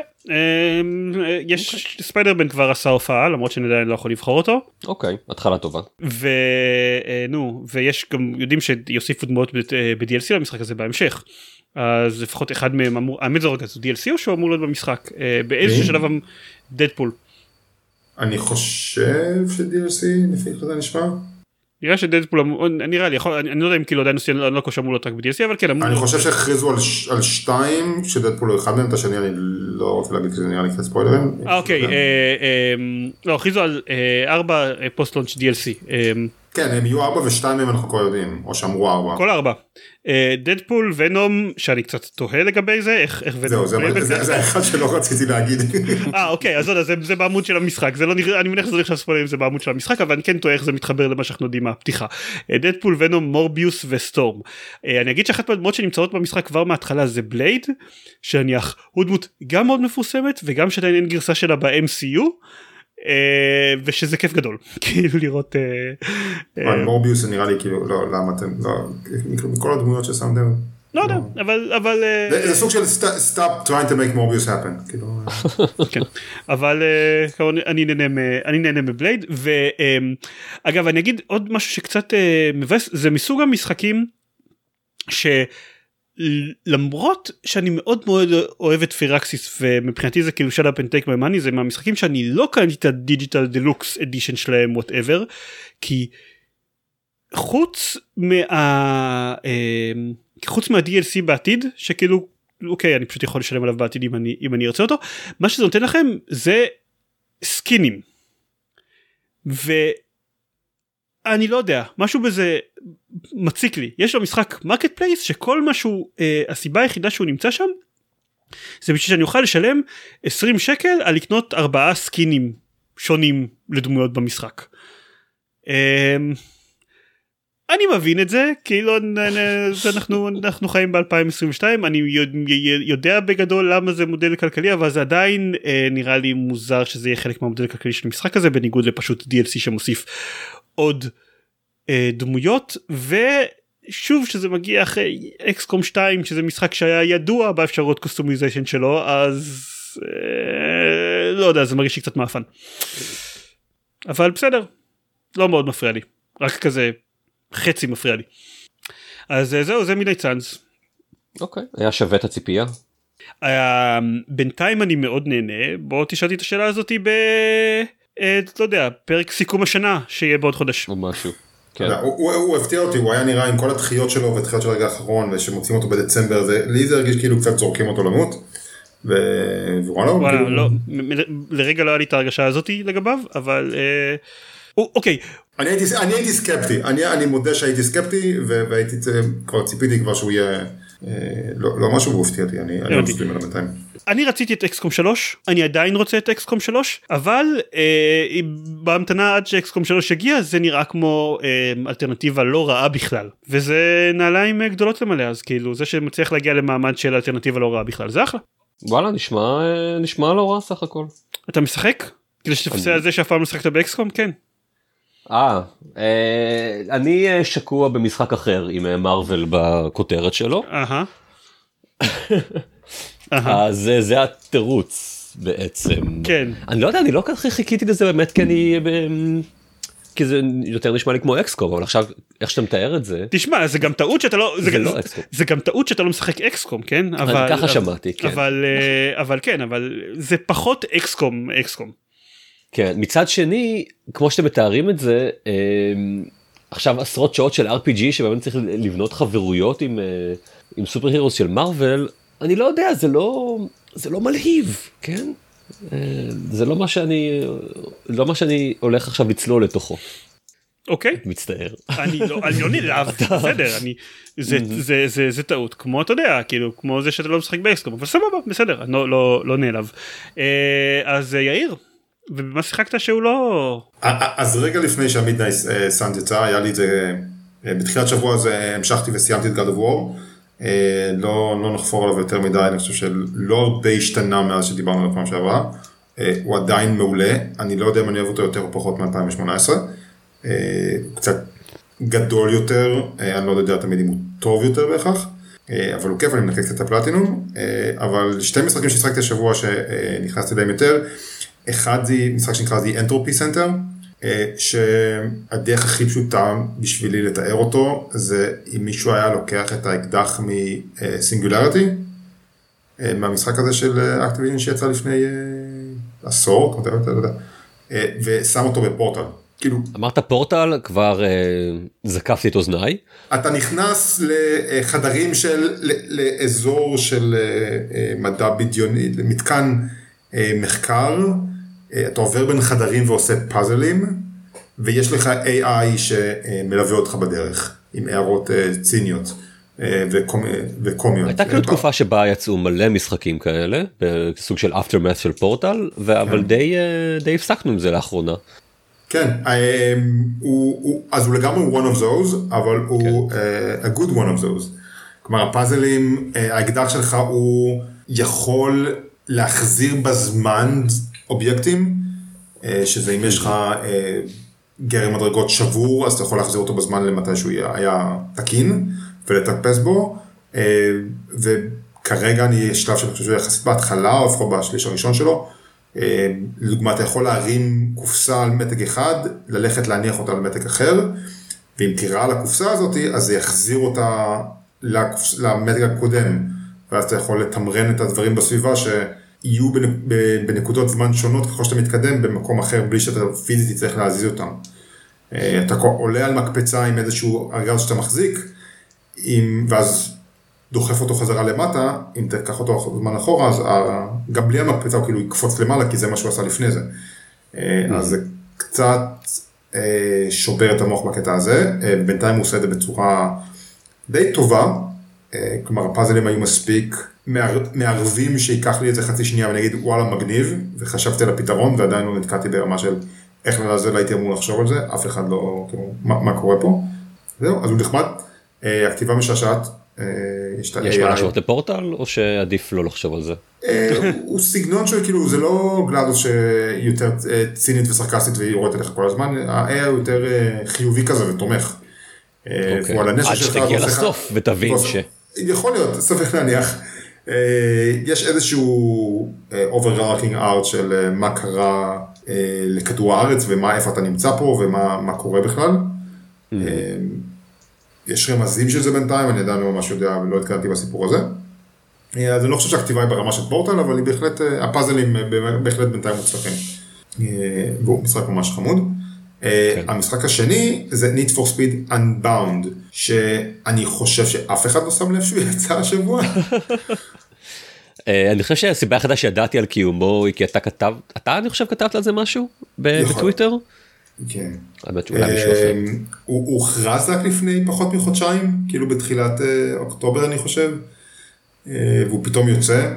יש ספיידרמן כבר עשה הופעה, למרות שאני עדיין לא יכול לבחור אותו. אוקיי, התחלה טובה. ונו, ויש גם, יודעים שיוסיפו דמויות ב-די אל סי למשחק הזה בהמשך, אז לפחות אחד מהם אמור, האמת זה רגע, זה די אל סי או שהוא אמור להיות במשחק? באיזשהו שלב דדפול. אני חושב ש-די אל סי, לפי איך זה נשמע? נראה שדדפול, נראה לי, אני לא יודע אם כאילו עדיין עושים, אני לא חושב אמור להיות רק ב-די אל סי, אבל כן. אני חושב שהכריזו על שתיים, שדדפול הוא אחד מהם, את השני אני לא רוצה להגיד, כי זה נראה לי קצת ספוילרים. אוקיי, לא, הכריזו על ארבע פוסט-לונץ' די אל סי. כן, הם יהיו ארבע ושתיים מהם אנחנו כבר יודעים, או שאמרו ארבע. כל ארבע. דדפול, ונום, שאני קצת תוהה לגבי זה, איך ונום... זהו, זה האחד שלא רציתי להגיד. אה, אוקיי, אז זה בעמוד של המשחק, אני מניח שזה עכשיו ספוילרים, זה בעמוד של המשחק, אבל אני כן תוהה איך זה מתחבר למה שאנחנו יודעים מהפתיחה. דדפול, ונום, מורביוס וסטורם. אני אגיד שאחת מהדמות שנמצאות במשחק כבר מההתחלה זה בלייד, שנניח, הוא דמות גם מאוד מפורסמת, וגם שעדיין אין גרסה שלה ב-אם סי יו, ושזה כיף גדול, כאילו לראות... מורביוס זה נראה לי כאילו, לא, למה אתם, לא, מכל הדמויות ששמתם... לא יודע, אבל... זה סוג של stop trying to make Morbius happen, כאילו... כן, אבל אני נהנה מבלייד, ואגב, אני אגיד עוד משהו שקצת מבאס, זה מסוג המשחקים ש... למרות שאני מאוד מאוד אוהב את פירקסיס ומבחינתי זה כאילו shut up and take my money, זה מהמשחקים שאני לא קניתי את הדיג'יטל דלוקס אדישן שלהם whatever, כי חוץ מה חוץ מה-די אל סי בעתיד שכאילו אוקיי אני פשוט יכול לשלם עליו בעתיד אם אני, אם אני ארצה אותו, מה שזה נותן לכם זה סקינים ואני לא יודע, משהו בזה מציק לי. יש לו משחק מרקט פלייס שכל משהו, אה, הסיבה היחידה שהוא נמצא שם זה בשביל שאני אוכל לשלם עשרים שקל על לקנות ארבעה סקינים שונים לדמויות במשחק. אה, אני מבין את זה, כאילו אנחנו, אנחנו חיים ב-אלפיים עשרים ושתיים, אני יודע בגדול למה זה מודל כלכלי, אבל זה עדיין אה, נראה לי מוזר שזה יהיה חלק מהמודל הכלכלי של המשחק הזה, בניגוד לפשוט די אל סי שמוסיף עוד אה, דמויות, ושוב שזה מגיע אחרי אקס קום שתיים, שזה משחק שהיה ידוע באפשרות קוסטומיזיישן שלו, אז אה, לא יודע, זה מרגיש לי קצת מאפן. אבל בסדר, לא מאוד מפריע לי, רק כזה חצי מפריע לי. אז זהו, זה מיני צאנז. אוקיי, היה שווה את הציפייה? בינתיים אני מאוד נהנה, בוא תשאלתי את השאלה הזאת ב... לא יודע, פרק סיכום השנה שיהיה בעוד חודש. או משהו. הוא הפתיע אותי, הוא היה נראה עם כל הדחיות שלו והדחיות של הרגע האחרון, ושמוצאים אותו בדצמבר, לי זה הרגיש כאילו קצת זורקים אותו למות, ווואלה, לרגע לא היה לי את ההרגשה הזאת לגביו, אבל אוקיי. אני הייתי סקפטי, אני מודה שהייתי סקפטי, והייתי כבר ציפיתי כבר שהוא יהיה לא משהו והופתיע אותי, אני לא מסכים על המתיים. אני רציתי את אקס קום שלוש, אני עדיין רוצה את אקס קום שלוש, אבל אה, בהמתנה עד שאקס קום שלוש הגיע, זה נראה כמו אה, אלטרנטיבה לא רעה בכלל, וזה נעליים גדולות למלא, אז כאילו זה שמצליח להגיע למעמד של אלטרנטיבה לא רעה בכלל, זה אחלה. וואלה, נשמע, נשמע לא רע סך הכל. אתה משחק? כדי שתפסה על זה שאף פעם לא שחקת באקס קום? כן. אה, אני שקוע במשחק אחר עם מרוול בכותרת שלו. אהה. אז זה התירוץ בעצם. כן. אני לא יודע, אני לא ככה חיכיתי לזה באמת, כי אני... כי זה יותר נשמע לי כמו אקסקום, אבל עכשיו, איך שאתה מתאר את זה... תשמע, זה גם טעות שאתה לא... זה לא אקסקום. זה גם טעות שאתה לא משחק אקסקום, כן? אני ככה שמעתי, כן. אבל כן, אבל זה פחות אקסקום, אקסקום. כן, מצד שני, כמו שאתם מתארים את זה, עכשיו עשרות שעות של אר פי ג'י, שבאמת צריך לבנות חברויות עם, עם סופר הירוס של מרוול, אני לא יודע, זה לא, זה לא מלהיב, כן? זה לא מה שאני, לא מה שאני הולך עכשיו לצלול לתוכו. אוקיי. מצטער. אני לא, אני לא נלהב, בסדר, אני, זה, זה, זה, זה טעות, כמו אתה יודע, כאילו, כמו זה שאתה לא משחק באקסקום, אבל סבבה, בסדר, אני לא, לא, לא נעלב. אז יאיר, ובמה שיחקת שהוא לא... אז רגע לפני שהמידנייט סאנד יצא, היה לי את זה, בתחילת שבוע הזה המשכתי וסיימתי את God of War, לא, לא נחפור עליו יותר מדי, אני חושב שלא הרבה השתנה מאז שדיברנו על הפעם שעברה, הוא עדיין מעולה, אני לא יודע אם אני אוהב אותו יותר או פחות מ-אלפיים שמונה עשרה, קצת גדול יותר, אני לא יודע תמיד אם הוא טוב יותר בהכרח, אבל הוא כיף, אני מנקה קצת את הפלטינום, אבל שתי משחקים ששחקתי השבוע שנכנסתי להם יותר, אחד זה משחק שנקרא The Entropy Center, שהדרך הכי פשוטה בשבילי לתאר אותו, זה אם מישהו היה לוקח את האקדח מ-Singularity, מהמשחק הזה של Activision שיצא לפני עשור, ושם אותו בפורטל. אמרת פורטל, כבר זקפתי את אוזניי. אתה נכנס לחדרים של, לאזור של מדע בדיוני, למתקן מחקר, אתה עובר בין חדרים ועושה פאזלים, ויש לך איי איי שמלווה אותך בדרך, עם הערות ציניות וקומיות. הייתה כאילו תקופה שבה יצאו מלא משחקים כאלה, בסוג של aftermath של פורטל, אבל די הפסקנו עם זה לאחרונה. כן, אז הוא לגמרי one of those, אבל הוא a good one of those. כלומר, הפאזלים, האקדח שלך הוא יכול להחזיר בזמן אובייקטים, שזה אם יש לך גרם מדרגות שבור, אז אתה יכול להחזיר אותו בזמן למתי שהוא היה תקין, ולטפס בו, וכרגע אני יש שלב שאני חושב שהוא יחסית בהתחלה, או לפחות בשליש הראשון שלו, לדוגמה, אתה יכול להרים קופסה על מתג אחד, ללכת להניח אותה על מתג אחר, ואם תירה על הקופסה הזאת, אז זה יחזיר אותה למתג הקודם, ואז אתה יכול לתמרן את הדברים בסביבה שיהיו בנקודות זמן שונות ככל שאתה מתקדם במקום אחר, בלי שאתה פיזית צריך להזיז אותם. אתה עולה על מקפצה עם איזשהו ארגז שאתה מחזיק, ואז דוחף אותו חזרה למטה, אם תקח אותו זמן אחורה, אז גם בלי המקפצה הוא כאילו יקפוץ למעלה, כי זה מה שהוא עשה לפני זה. אז זה קצת שובר את המוח בקטע הזה, בינתיים הוא עושה את זה בצורה די טובה, כלומר הפאזלים היו מספיק מערבים שיקח לי את זה חצי שנייה ואני אגיד וואלה מגניב, וחשבתי על הפתרון ועדיין לא נתקעתי ברמה של איך לזה הייתי אמור לחשוב על זה, אף אחד לא, כאילו, מה, מה קורה פה. זהו, אז הוא נחמד, הכתיבה משעשעת. יש מה לחשוב לפורטל או שעדיף לא לחשוב על זה? הוא סגנון שהוא כאילו, זה לא גלאדוס שיותר צינית וסרקסטית ויורדת אליך כל הזמן, ה-איי איי הוא יותר חיובי כזה ותומך. עד שתגיע לסוף ותבין ש... יכול להיות, סביר להניח. יש איזשהו overarching art של מה קרה לכדור הארץ ומה איפה אתה נמצא פה ומה קורה בכלל. יש רמזים של זה בינתיים, אני עדיין לא ממש יודע ולא התקדמתי בסיפור הזה. אז אני לא חושב שהכתיבה היא ברמה של פורטל, אבל היא בהחלט, הפאזלים בהחלט בינתיים מוצלחים. והוא משחק ממש חמוד. המשחק השני זה Need for Speed Unbound, שאני חושב שאף אחד לא שם לב שהוא יצא השבוע. אני חושב שהסיבה היחידה שידעתי על קיומו היא כי אתה כתב, אתה אני חושב כתבת על זה משהו בטוויטר? כן. הוא הוכרז רק לפני פחות מחודשיים, כאילו בתחילת אוקטובר אני חושב, והוא פתאום יוצא,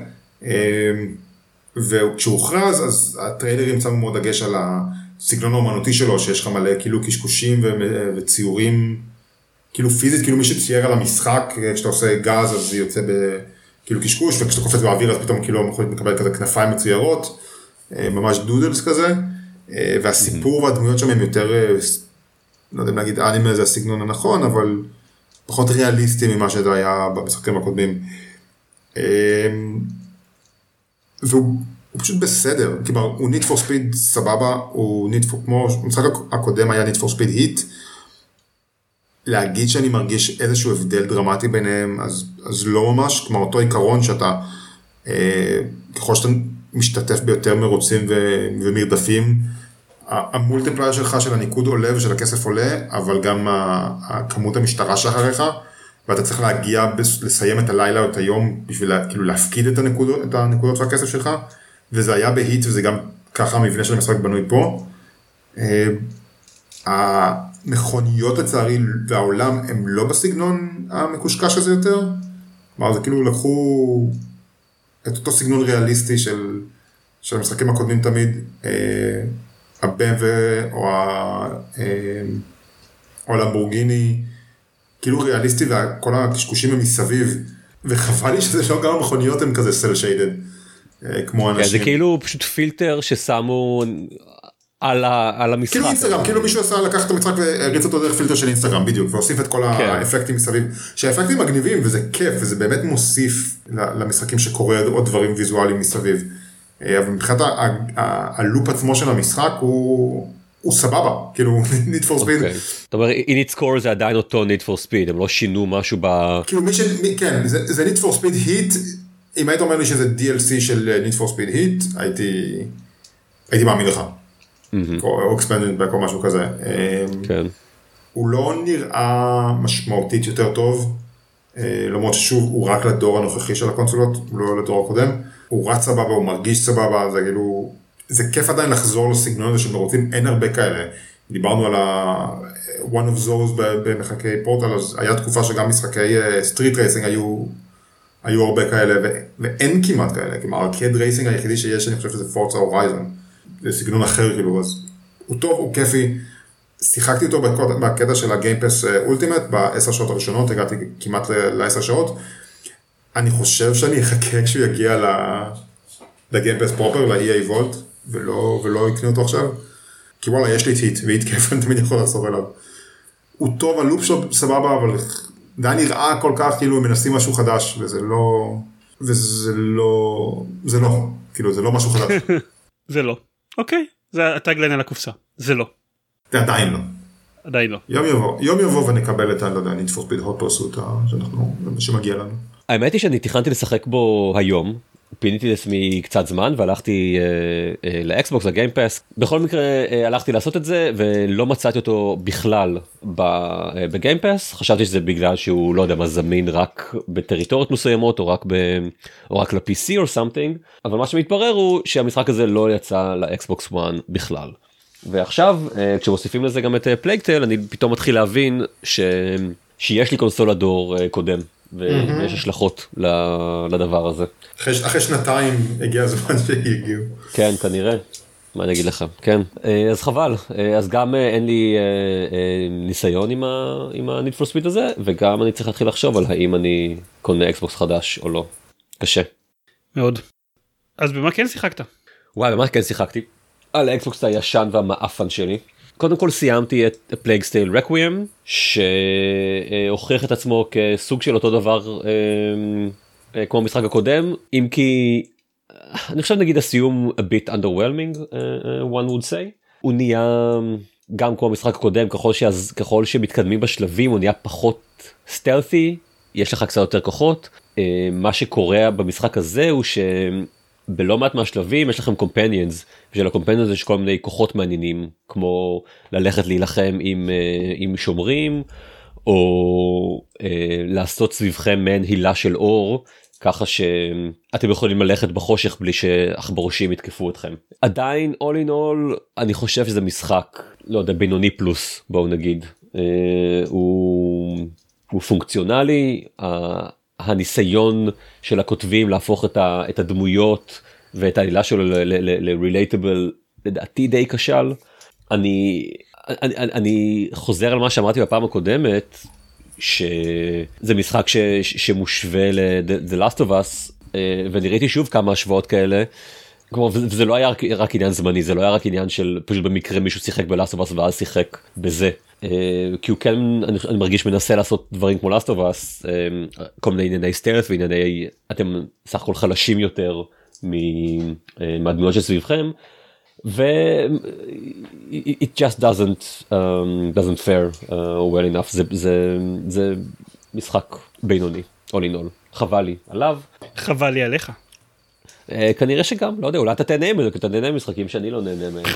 וכשהוא הוכרז אז הטריילרים שמו מאוד דגש על הסגנון האומנותי שלו, שיש לך מלא כאילו קשקושים וציורים, כאילו פיזית, כאילו מי שצייר על המשחק, כשאתה עושה גז אז זה יוצא כאילו קשקוש, וכשאתה קופץ באוויר אז פתאום כאילו יכולים לקבל כזה כנפיים מצוירות, ממש דודלס כזה, והסיפור והדמויות שם הם יותר, לא יודע אם להגיד אנימה זה הסגנון הנכון, אבל פחות ריאליסטי ממה שזה היה במשחקים הקודמים. והוא פשוט בסדר, כלומר הוא Need for Speed סבבה, הוא Need for, כמו המשחק הקודם היה Need for Speed Heat, להגיד שאני מרגיש איזשהו הבדל דרמטי ביניהם, אז, אז לא ממש, כלומר אותו עיקרון שאתה, אה, ככל שאתה משתתף ביותר מרוצים ו, ומרדפים, המולטיפלייר שלך של הניקוד עולה ושל הכסף עולה, אבל גם הכמות המשטרה שאחריך, ואתה צריך להגיע, לסיים את הלילה או את היום, בשביל כאילו להפקיד את הנקודות, את הנקודות והכסף שלך, וזה היה בהיט, וזה גם ככה המבנה של המשחק בנוי פה. המכוניות לצערי והעולם הם לא בסגנון המקושקש הזה יותר, כלומר זה כאילו לקחו את אותו סגנון ריאליסטי של, של המשחקים הקודמים תמיד, ה-בי אם דאבליו או הלמבורגיני, כאילו ריאליסטי וכל הקשקושים הם מסביב, וחבל לי שזה לא גם המכוניות הם כזה סל שיידד, כמו אנשים. זה כאילו פשוט פילטר ששמו על, ה, על המשחק. כאילו אינסטגרם, כאילו מישהו עשה לקח את המשחק והריץ אותו דרך פילטר של אינסטגרם, בדיוק, והוסיף את כל האפקטים מסביב, שהאפקטים מגניבים וזה כיף, וזה באמת מוסיף למשחקים שקורה עוד דברים ויזואליים מסביב. אבל מבחינת הלופ עצמו של המשחק הוא... הוא סבבה, כאילו, Need for Speed. זאת אומרת, In Its Core זה עדיין אותו Need for Speed, הם לא שינו משהו ב... כאילו, מי ש... כן, זה Need for Speed Heat, אם היית אומר לי שזה די אל סי של Need for Speed Heat, הייתי... הייתי מאמין לך. או Expanded Back או משהו כזה. כן. הוא לא נראה משמעותית יותר טוב, למרות ששוב, הוא רק לדור הנוכחי של הקונסולות, הוא לא לדור הקודם. הוא רץ סבבה, הוא מרגיש סבבה, זה כאילו... זה כיף עדיין לחזור לסגנון הזה שמרוצים, אין הרבה כאלה. דיברנו על ה- one of those במשחקי פורטל, אז היה תקופה שגם משחקי סטריט רייסינג היו, היו הרבה כאלה, ו- ואין כמעט כאלה, כלומר, ארקד רייסינג היחידי שיש, אני חושב שזה פורצה הורייזון, זה סגנון אחר כאילו, אז הוא טוב, הוא כיפי, שיחקתי אותו בקטע של הגיימפס אולטימט, בעשר שעות הראשונות, הגעתי כמעט לעשר שעות, אני חושב שאני אחכה כשהוא יגיע לגיימפס פרופר, ל-אי איי וולט, ולא, ולא יקנה אותו עכשיו, כי וואלה, יש לי טיט, והיט כיף, אני תמיד יכול לחזור אליו. הוא טוב, הלופ שלו סבבה, אבל זה היה נראה כל כך, כאילו, הם מנסים משהו חדש, וזה לא, וזה לא, זה לא, כאילו, זה לא משהו חדש. זה לא. אוקיי, זה הטאגליין על הקופסה. זה לא. זה עדיין לא. עדיין לא. יום יבוא, יום יבוא ונקבל את, לא יודע, נתפוס בדהות פרסות, שאנחנו, שמגיע לנו. האמת היא שאני תכננתי לשחק בו היום, פיניתי לעצמי קצת זמן והלכתי אה, אה, לאקסבוקס, לגיימפס. בכל מקרה אה, הלכתי לעשות את זה ולא מצאתי אותו בכלל בגיימפס. חשבתי שזה בגלל שהוא לא יודע מה זמין רק בטריטוריות מסוימות או רק, ב, או רק ל-פי סי או something. אבל מה שמתברר הוא שהמשחק הזה לא יצא לאקסבוקס אחת בכלל. ועכשיו אה, כשמוסיפים לזה גם את פלייגטייל, אני פתאום מתחיל להבין ש... שיש לי קונסולה דור אה, קודם. ויש השלכות לדבר הזה. אחרי שנתיים הגיע הזמן שהגיעו. כן, כנראה. מה אני אגיד לך? כן. אז חבל. אז גם אין לי ניסיון עם ה-Need for Speed הזה, וגם אני צריך להתחיל לחשוב על האם אני קונה אקסבוקס חדש או לא. קשה. מאוד. אז במה כן שיחקת? וואי, במה כן שיחקתי? על האקסבוקס הישן והמאפן שלי. קודם כל סיימתי את פלייג סטייל רקוויאם, שהוכיח את עצמו כסוג של אותו דבר אה, כמו המשחק הקודם, אם כי אני חושב נגיד הסיום a bit underwhelming, uh, one would say. הוא נהיה גם כמו המשחק הקודם, ככל, שאז, ככל שמתקדמים בשלבים הוא נהיה פחות סטלפי, יש לך קצת יותר כוחות. Uh, מה שקורה במשחק הזה הוא ש... בלא מעט מהשלבים יש לכם קומפניאנס, ושל הקומפניאנס יש כל מיני כוחות מעניינים, כמו ללכת להילחם עם, עם שומרים, או אה, לעשות סביבכם מעין הילה של אור, ככה שאתם יכולים ללכת בחושך בלי שהחברושים יתקפו אתכם. עדיין, all in all, אני חושב שזה משחק, לא יודע, בינוני פלוס, בואו נגיד. אה, הוא, הוא פונקציונלי, הניסיון של הכותבים להפוך את, ה, את הדמויות ואת העלילה שלו ל-relatable, לדעתי די כשל. אני, אני, אני חוזר על מה שאמרתי בפעם הקודמת, שזה משחק ש, שמושווה ל-The Last of Us, ואני ראיתי שוב כמה השוואות כאלה, כלומר, וזה לא היה רק, רק עניין זמני, זה לא היה רק עניין של פשוט במקרה מישהו שיחק ב-Last of Us ואז שיחק בזה. כי הוא כן, אני, אני מרגיש מנסה לעשות דברים כמו Last of Us, כל מיני ענייני סטלף וענייני, אתם סך הכל חלשים יותר מהדמויות שסביבכם, ו it just doesn't um, doesn't fare uh, well enough. זה, זה, זה משחק בינוני, all in all. חבל לי עליו. חבל לי עליך. Uh, כנראה שגם, לא יודע, אולי אתה תהנה מזה, כי אתה נהנה משחקים שאני לא נהנה מהם.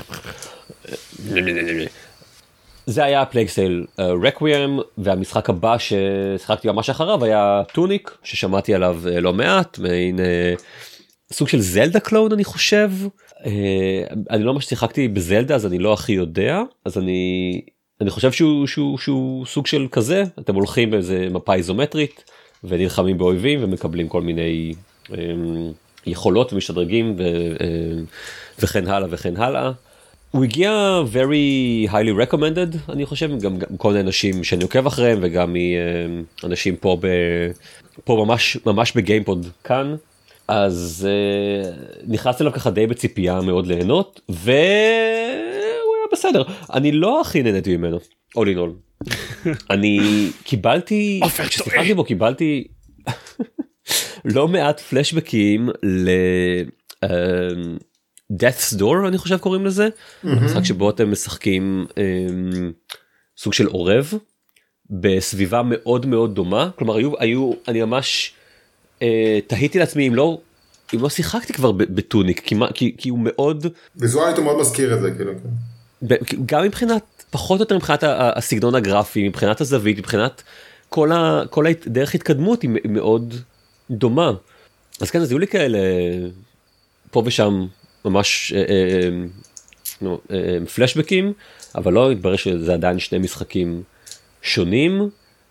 זה היה פלייג סטייל רקוויאם, והמשחק הבא ששיחקתי ממש אחריו היה טוניק, ששמעתי עליו uh, לא מעט, מעין uh, סוג של זלדה קלון אני חושב. Uh, אני לא ממש שיחקתי בזלדה, אז אני לא הכי יודע, אז אני, אני חושב שהוא, שהוא, שהוא סוג של כזה, אתם הולכים באיזה מפה איזומטרית, ונלחמים באויבים ומקבלים כל מיני um, יכולות ומשתדרגים ו, uh, וכן הלאה וכן הלאה. הוא הגיע very highly recommended, אני חושב, גם, גם כל אנשים שאני עוקב אחריהם, וגם מאנשים פה, ב, פה ממש, ממש בגיימפוד כאן. אז uh, נכנס אליו ככה די בציפייה מאוד ליהנות, והוא היה בסדר. אני לא הכי נהניתי ממנו, all in all. אני קיבלתי, כששיחקתי בו קיבלתי לא מעט פלשבקים ל... Uh, Death's Door אני חושב קוראים לזה, mm-hmm. משחק שבו אתם משחקים um, סוג של עורב, בסביבה מאוד מאוד דומה, כלומר היו, היו אני ממש uh, תהיתי לעצמי אם לא, אם לא שיחקתי כבר בטוניק, כי, כי, כי הוא מאוד... ויזואלית הוא מאוד מזכיר את זה, כאילו. ב, גם מבחינת, פחות או יותר מבחינת הסגנון הגרפי, מבחינת הזווית, מבחינת כל, ה, כל הדרך התקדמות היא מאוד דומה. אז כן, אז היו לי כאלה פה ושם, ממש פלשבקים, אבל לא התברר שזה עדיין שני משחקים שונים.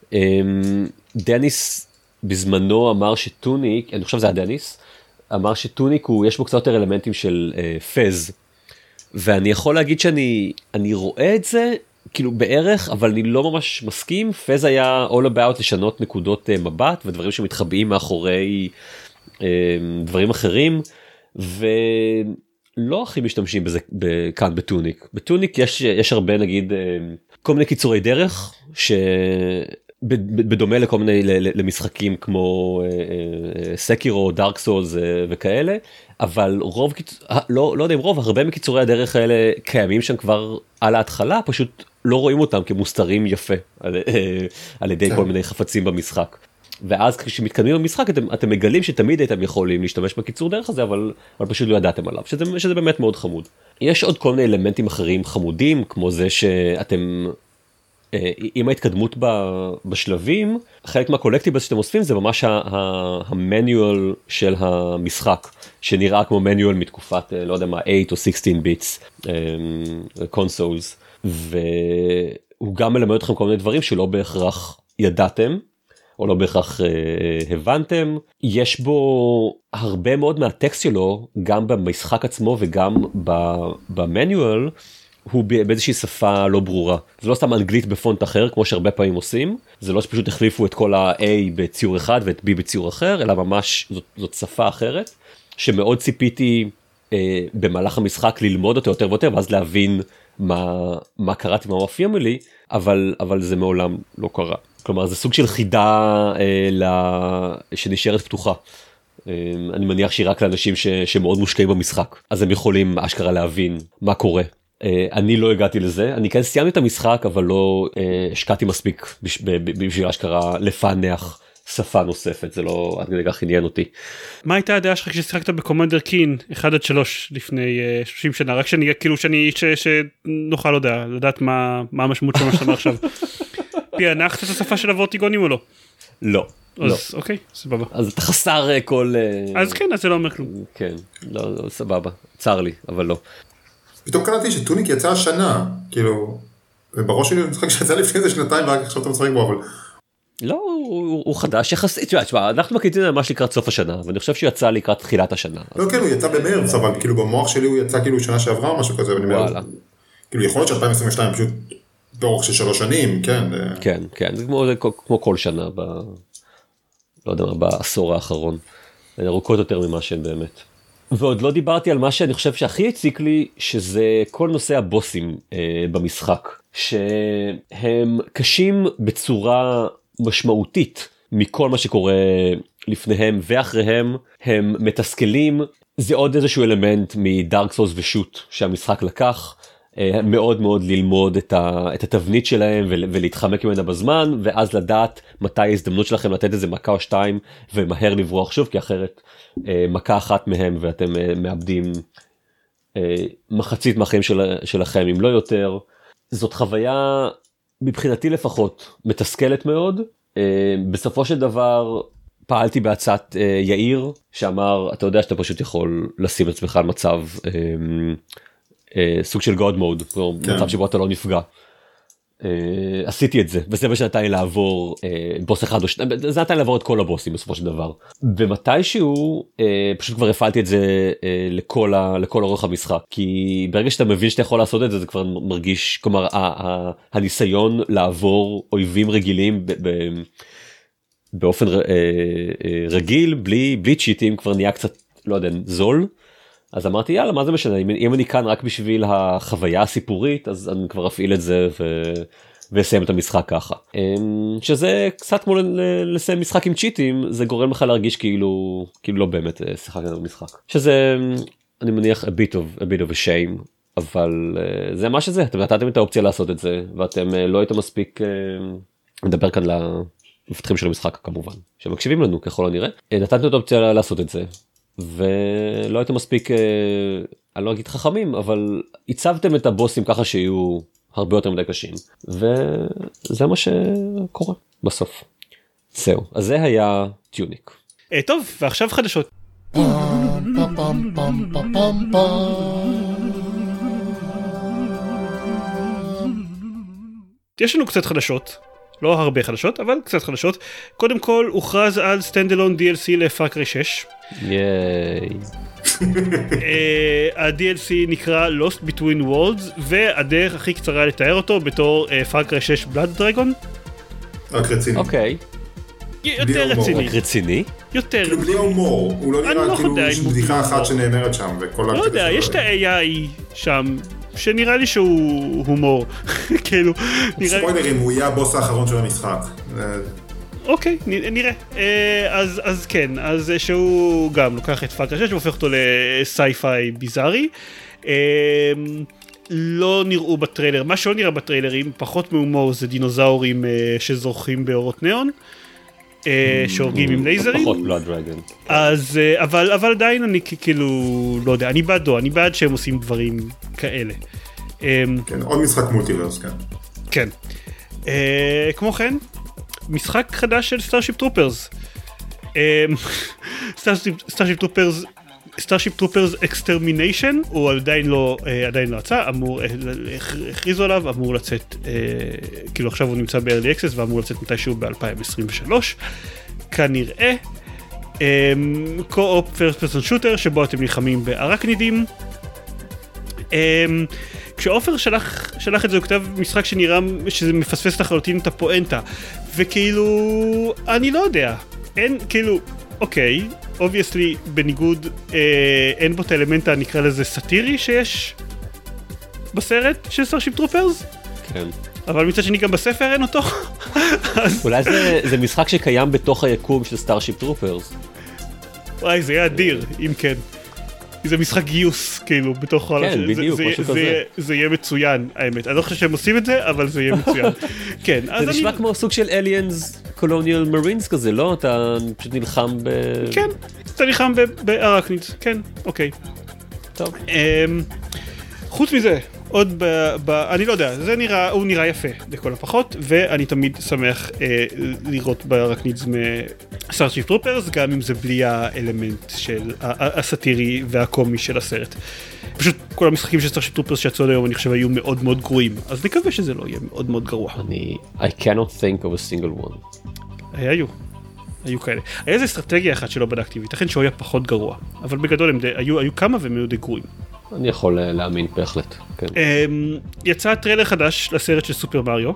דניס בזמנו אמר שטוניק, אני חושב שזה היה דניס, אמר שטוניק הוא, יש בו קצת יותר אלמנטים של פז, ואני יכול להגיד שאני אני רואה את זה, כאילו בערך, אבל אני לא ממש מסכים. פז היה all about לשנות נקודות מבט, ודברים שמתחבאים מאחורי דברים אחרים, ולא הכי משתמשים בזה כאן בטוניק. בטוניק יש, יש הרבה נגיד כל מיני קיצורי דרך, שבדומה לכל מיני למשחקים כמו סקירו, דארק סולס וכאלה, אבל רוב, לא, לא יודע אם רוב, הרבה מקיצורי הדרך האלה קיימים שם כבר על ההתחלה, פשוט לא רואים אותם כמוסתרים יפה על, על ידי כל מיני חפצים במשחק. ואז כשמתקדמים במשחק אתם, אתם מגלים שתמיד הייתם יכולים להשתמש בקיצור דרך הזה, אבל, אבל פשוט לא ידעתם עליו, שזה, שזה באמת מאוד חמוד. יש עוד כל מיני אלמנטים אחרים חמודים, כמו זה שאתם, עם ההתקדמות בשלבים, חלק מהקולקטיבלס שאתם אוספים זה ממש המניואל של המשחק, שנראה כמו מניואל מתקופת, לא יודע מה, שמונה או שש ביטס, קונסולס, והוא גם מלמד אתכם כל מיני דברים שלא בהכרח ידעתם, או לא בהכרח אה, הבנתם. יש בו הרבה מאוד מהטקסט שלו, גם במשחק עצמו וגם במניואל, הוא באיזושהי שפה לא ברורה. זה לא סתם אנגלית בפונט אחר, כמו שהרבה פעמים עושים, זה לא שפשוט החליפו את כל ה-A בציור אחד ואת B בציור אחר, אלא ממש זאת, זאת שפה אחרת, שמאוד ציפיתי אה, במהלך המשחק ללמוד אותו יותר ויותר, ואז להבין מה, מה קראתי, מה מופיע לי, אבל, אבל זה מעולם לא קרה. כלומר, זה סוג של חידה אה, ל... שנשארת פתוחה. אה, אני מניח שהיא רק לאנשים ש... שמאוד מושקעים במשחק, אז הם יכולים אשכרה להבין מה קורה. אה, אני לא הגעתי לזה, אני כן סיימתי את המשחק, אבל לא אה, השקעתי מספיק בש... בשביל אשכרה לפענח שפה נוספת, זה לא עד כדי כך עניין אותי. מה הייתה הדעה שלך כששיחקת בקומנדר קין אחד עד שלוש לפני uh, שלושים שנה, רק שאני כאילו שאני ש... שנוכל לא יודע, לדעת מה, מה המשמעות של מה שאתה אומר עכשיו. פענחת את השפה של הוורטיגונים או לא? לא. אז אוקיי, סבבה. אז אתה חסר כל... אז כן, אז זה לא אומר כלום. כן, לא, סבבה, צר לי, אבל לא. פתאום קלטתי שטוניק יצא השנה, כאילו, ובראש שלי הוא משחק שיצא לפני איזה שנתיים, ורק עכשיו אתה משחק בו, אבל... לא, הוא, הוא חדש יחסית, תשמע, תשמע, אנחנו מקליטים ממש לקראת סוף השנה, ואני חושב שהוא יצא לקראת תחילת השנה. לא, כן, הוא יצא במרץ, אבל כאילו במוח שלי הוא יצא כאילו שנה שעברה או משהו כזה, ואני אומר, כאילו יכול להיות ש-אלפיים עשרים ושתיים פשוט באורך של שלוש שנים, כן. כן, כן, זה כמו, זה כמו כל שנה, ב... לא יודע מה, בעשור האחרון, ארוכות יותר ממה שהן באמת. ועוד לא דיברתי על מה שאני חושב שהכי הציק לי, שזה כל נושא הבוסים אה, במשחק, שהם קשים בצורה משמעותית מכל מה שקורה לפניהם ואחריהם, הם מתסכלים. זה עוד איזשהו אלמנט מדארק סולס ושוט שהמשחק לקח, אה, מאוד מאוד ללמוד את, ה, את התבנית שלהם ול, ולהתחמק ממנה בזמן, ואז לדעת מתי ההזדמנות שלכם לתת איזה מכה או שתיים ומהר לברוח שוב, כי אחרת אה, מכה אחת מהם ואתם אה, מאבדים אה, מחצית מהחיים של, שלכם אם לא יותר. זאת חוויה מבחינתי לפחות מתסכלת מאוד. אה, בסופו של דבר פעלתי בהצעת אה, יאיר שאמר, אתה יודע שאתה פשוט יכול לשים את עצמך על מצב אה, אה, סוג של God mode, כן. מצב שבו אתה לא נפגע. אה, עשיתי את זה, וזה מה שנתן לי לעבור אה, בוס אחד או שניים, זה נתן לי לעבור את כל הבוסים בסופו של דבר. ומתישהו אה, פשוט כבר הפעלתי את זה אה, לכל, ה, לכל אורך המשחק, כי ברגע שאתה מבין שאתה יכול לעשות את זה, זה כבר מרגיש, כלומר, ה, ה, הניסיון לעבור אויבים רגילים ב, ב, באופן אה, אה, רגיל, בלי, בלי צ'יטים, כבר נהיה קצת, לא יודע, זול. אז אמרתי, יאללה, מה זה משנה? אם אני כאן רק בשביל החוויה הסיפורית, אז אני כבר אפעיל את זה ו... ואסיים את המשחק ככה. שזה קצת כמו לסיים משחק עם צ'יטים, זה גורם לך להרגיש כאילו, כאילו לא באמת שיחקת במשחק. שזה, אני מניח, a bit of, a bit of a shame, אבל זה מה שזה, אתם נתתם את האופציה לעשות את זה, ואתם לא הייתם מספיק, מדבר כאן למפתחים של המשחק כמובן, שמקשיבים לנו ככל הנראה, נתתם את האופציה לעשות את זה. ולא הייתם מספיק, אני לא אגיד חכמים, אבל הצבתם את הבוסים ככה שיהיו הרבה יותר מדי קשים, וזה מה שקורה בסוף. זהו, אז זה היה טיוניק. טוב, ועכשיו חדשות. יש לנו קצת חדשות, לא הרבה חדשות, אבל קצת חדשות. קודם כל, הוכרז על סטנדלון די אל סי לפאר קריי שש. ייי. ה-די אל סי נקרא Lost Between Worlds, והדרך הכי קצרה לתאר אותו בתור פאר קריי שש Blood Dragon. רק רציני. אוקיי. יותר רציני. רק רציני? יותר. כאילו בלי הומור, הוא לא נראה כאילו בדיחה אחת שנאמרת שם. לא יודע, יש את ה-איי איי שם, שנראה לי שהוא הומור. כאילו, נראה... ספוילרים, הוא יהיה הבוס האחרון של המשחק. אוקיי, נראה. אז, אז כן, אז שהוא גם לוקח את פאר קריי שש והופך אותו לסייפיי ביזארי. לא נראו בטריילר, מה שלא נראה בטריילרים, פחות מהומור, זה דינוזאורים שזורחים באורות ניאון, שהורגים עם לייזרים. פחות בלאד דרגון. אז, אבל, אבל עדיין אני כאילו, לא יודע, אני בעדו, אני בעד שהם עושים דברים כאלה. כן, עוד משחק מולטיברס, כן. כן. כמו כן, משחק חדש של סטארשיפ טרופרס. סטארשיפ טרופרס, סטארשיפ טרופרס אקסטרמיניישן, הוא עדיין לא, עדיין לא יצא, אמור, הכריזו עליו, אמור לצאת, כאילו עכשיו הוא נמצא ב-Early Access ואמור לצאת מתישהו ב-אלפיים עשרים ושלוש, כנראה. קו-אופ פרסט פרסון שוטר, שבו אתם נלחמים בארקנידים. כשאופר שלח, שלח את זה, הוא כתב משחק שנראה שזה מפספס לחלוטין את הפואנטה, וכאילו, אני לא יודע, אין, כאילו, אוקיי, obviously, בניגוד, אה, אין בו את האלמנט הנקרא לזה סאטירי שיש בסרט של סטארשיפ טרופרס, כן. אבל מצד שני גם בספר אין אותו. אז... אולי זה, זה משחק שקיים בתוך היקום של סטארשיפ טרופרס. וואי, זה יהיה אדיר, אם כן. זה משחק גיוס, כאילו, בתוך כל... כן, בדיוק, זה, משהו זה, כזה. זה, זה יהיה מצוין, האמת. אני לא חושב שהם עושים את זה, אבל זה יהיה מצוין. כן, אז זה אני... נשמע כמו סוג של Aliens Colonial Marines כזה, לא? אתה פשוט נלחם ב... כן, אתה נלחם בארקנידס, כן, אוקיי. טוב. חוץ מזה, עוד ב... ב אני לא יודע, זה נראה, הוא נראה יפה, לכל הפחות, ואני תמיד שמח אה, לראות בארקנידס מסטארשיפ טרופרס, גם אם זה בלי האלמנט של הסאטירי והקומי של הסרט. פשוט כל המשחקים של סטארשיפ טרופרס שיצאו היום, אני חושב, היו מאוד מאוד גרועים, אז נקווה שזה לא יהיה מאוד מאוד גרוע. אני... I cannot think of a single one. היו. היו כאלה. היה איזו אסטרטגיה אחת שלא בדקתי, ויתכן שהוא היה פחות גרוע, אבל בגדול הם די, היו, היו כמה והם היו די גרועים. אני יכול להאמין בהחלט, כן. יצא טריילר חדש לסרט של סופר מריו,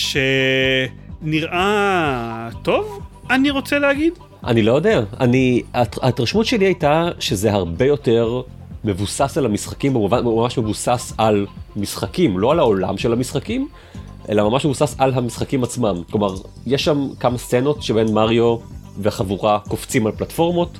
שנראה טוב, אני רוצה להגיד. אני לא יודע, אני, ההתרשמות שלי הייתה שזה הרבה יותר מבוסס על המשחקים, במובן, ממש מבוסס על משחקים, לא על העולם של המשחקים, אלא ממש מבוסס על המשחקים עצמם. כלומר, יש שם כמה סצנות שבין מריו וחבורה קופצים על פלטפורמות,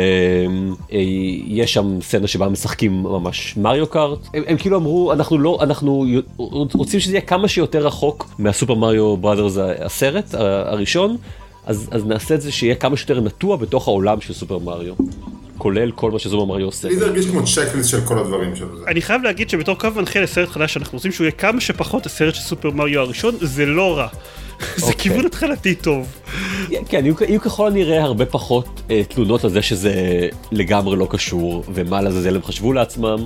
ויש שם סצנה שבה משחקים ממש מריו קארט. הם, הם כאילו אמרו, אנחנו לא, אנחנו רוצים שזה יהיה כמה שיותר רחוק מהסופר מריו בראדרס הסרט הראשון, אז, אז נעשה את זה שיהיה כמה שיותר נטוע בתוך העולם של סופר מריו. כולל כל מה שסופר מריו עושה. לי זה הרגיש כמו צ'קליסט של כל הדברים של זה. אני חייב להגיד שבתור קו מנחה לסרט חדש, אנחנו רוצים שהוא יהיה כמה שפחות הסרט של סופר מריו הראשון, זה לא רע. זה כיוון התחלתי טוב. כן, יהיו ככל הנראה הרבה פחות תלונות על זה שזה לגמרי לא קשור, ומה לזלזל הם חשבו לעצמם,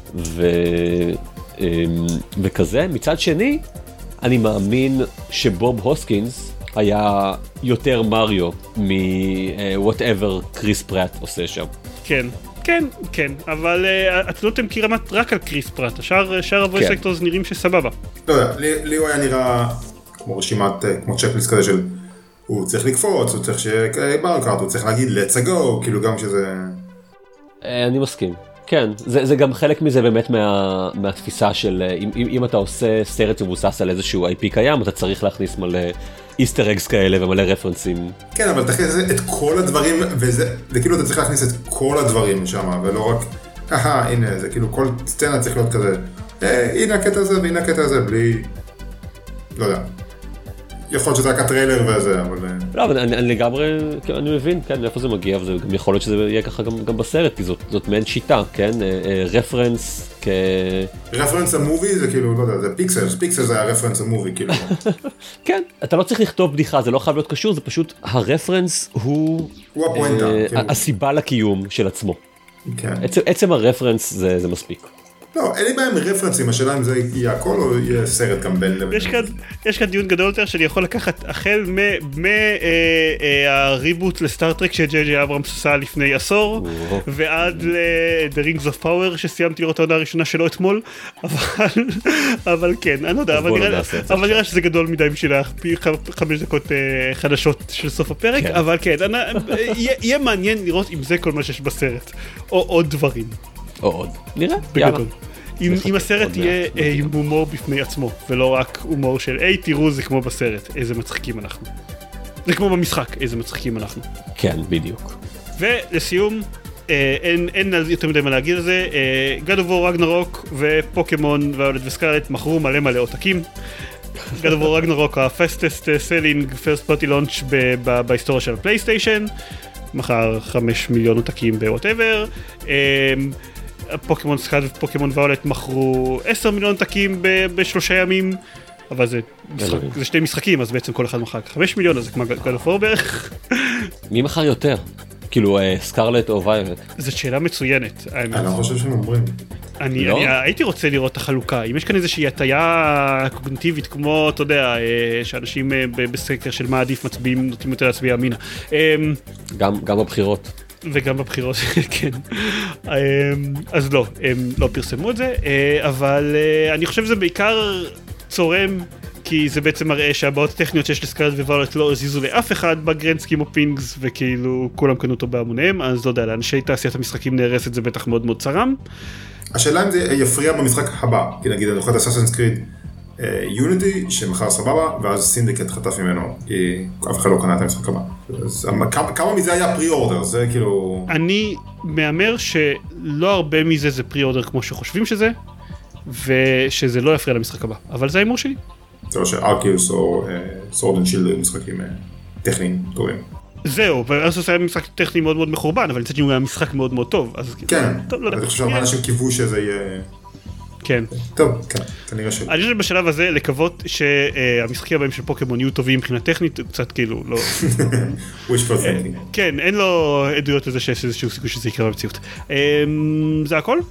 וכזה. מצד שני, אני מאמין שבוב הוסקינס היה יותר מריו מ-whatever קריס פרט עושה שם. כן, כן, כן, אבל התלונות הן כרמת רק על קריס פרט, השאר הוויס אקטורס נראים שסבבה. לא יודע, לי הוא היה נראה כמו רשימת, כמו צ'קליסט כזה של הוא צריך לקפוץ, הוא צריך שיהיה ברקארט, הוא צריך להגיד let's go, כאילו גם שזה... אני מסכים. כן, זה, זה גם חלק מזה באמת מה, מהתפיסה של אם, אם, אם אתה עושה סרט מבוסס על איזשהו איי פי קיים, אתה צריך להכניס מלא איסטר אגס כאלה ומלא רפרנסים. כן, אבל תכניס את כל הדברים, וזה, וכאילו אתה צריך להכניס את כל הדברים שם, ולא רק, אהה, הנה, זה כאילו כל סצנה צריך להיות כזה, אה, הנה הקטע הזה והנה הקטע הזה, בלי, לא יודע. יכול להיות שזה רק הטריילר וזה, אבל... לא, אבל אני, אני לגמרי, אני מבין, כן, מאיפה זה מגיע, וזה גם יכול להיות שזה יהיה ככה גם, גם בסרט, כי זאת, זאת מעין שיטה, כן? רפרנס כ... רפרנס המובי זה כאילו, לא יודע, זה פיקסלס, פיקסלס זה הרפרנס המובי, כאילו. כן. אתה לא צריך לכתוב בדיחה, זה לא חייב להיות קשור, זה פשוט, הרפרנס הוא... הוא הפואנטה, כאילו. הסיבה לקיום של עצמו. כן. עצם, עצם הרפרנס זה, זה מספיק. לא, אין לי בעיה עם רפרנסים, השאלה אם זה יהיה הכל או יהיה סרט גם בין לבין. יש כאן, יש כאן דיון גדול יותר שאני יכול לקחת החל מהריבוט לסטאר טרק שג'יי ג'יי אברמס עשה לפני עשור, ועד ל-The Rings of Power שסיימתי לראות העונה הראשונה שלו אתמול, אבל כן, אני לא יודע, אבל נראה שזה גדול מדי בשביל חמש דקות חדשות של סוף הפרק, אבל כן, יהיה מעניין לראות אם זה כל מה שיש בסרט, או עוד דברים. או עוד, נראה, יאללה. אם הסרט יהיה עם הומור בפני עצמו, ולא רק הומור של, היי תראו זה כמו בסרט, איזה מצחיקים אנחנו. זה כמו במשחק, איזה מצחיקים אנחנו. כן, בדיוק. ולסיום, אין יותר מדי מה להגיד על זה, God of War Ragnarok ופוקימון ויולט וסקארלט מכרו מלא מלא עותקים. God of War Ragnarok ה-fastest selling first party launch בהיסטוריה של הפלייסטיישן, מחר חמש מיליון עותקים ב-whatever. פוקימון סקאד ופוקימון ויולט מכרו עשר מיליון עותקים בשלושה ימים, אבל זה, משחק, זה שני משחקים, אז בעצם כל אחד מחר חמש מיליון, אז זה כמו God of War בערך. מי מחר יותר? כאילו סקארלט או ויולט? זאת שאלה מצוינת. אני לא חושב שהם אומרים. אני, לא? אני הייתי רוצה לראות את החלוקה, אם יש כאן איזושהי הטיה קוגניטיבית כמו, אתה יודע, שאנשים בסקר של מה עדיף מצביעים, נוטים יותר להצביע אמינה. גם, גם בבחירות. וגם בבחירות, כן. אז לא, הם לא פרסמו את זה, אבל אני חושב שזה בעיקר צורם, כי זה בעצם מראה שהבעות הטכניות שיש לסקארלט וויולט לא הזיזו לאף אחד בגרנד סקים או פינגס, וכאילו כולם קנו אותו בהמוניהם, אז לא יודע, לאנשי תעשיית המשחקים נהרסת זה בטח מאוד מאוד צרם. השאלה אם זה יפריע במשחק הבא, כי נגיד אני זוכר את אסאסינס קריד יוניטי שמחר סבבה, ואז סינדיקט חטף ממנו, כי אף אחד לא קנה את המשחק הבא. אז כמה מזה היה פרי אורדר? זה כאילו... אני מאמר שלא הרבה מזה זה פרי אורדר כמו שחושבים שזה, ושזה לא יפריע למשחק הבא, אבל זה האימור שלי. זה לא שארקיוס או סורד אנד שילד משחקים טכניים טובים. זהו, וארקיוס היה משחק טכני מאוד מאוד מחורבן, אבל מצד הוא היה משחק מאוד מאוד טוב. כן, אני חושב שהרבה אנשים קיוו שזה יהיה... כן. טוב, כן, כנראה שלא. אני חושב בשלב הזה לקוות שהמשחקים הבאים של פוקימון יהיו טובים מבחינה טכנית, קצת כאילו לא... wishful thinking. כן, אין לו עדויות לזה שיש איזשהו סיכוי שזה יקרה במציאות. זה הכל?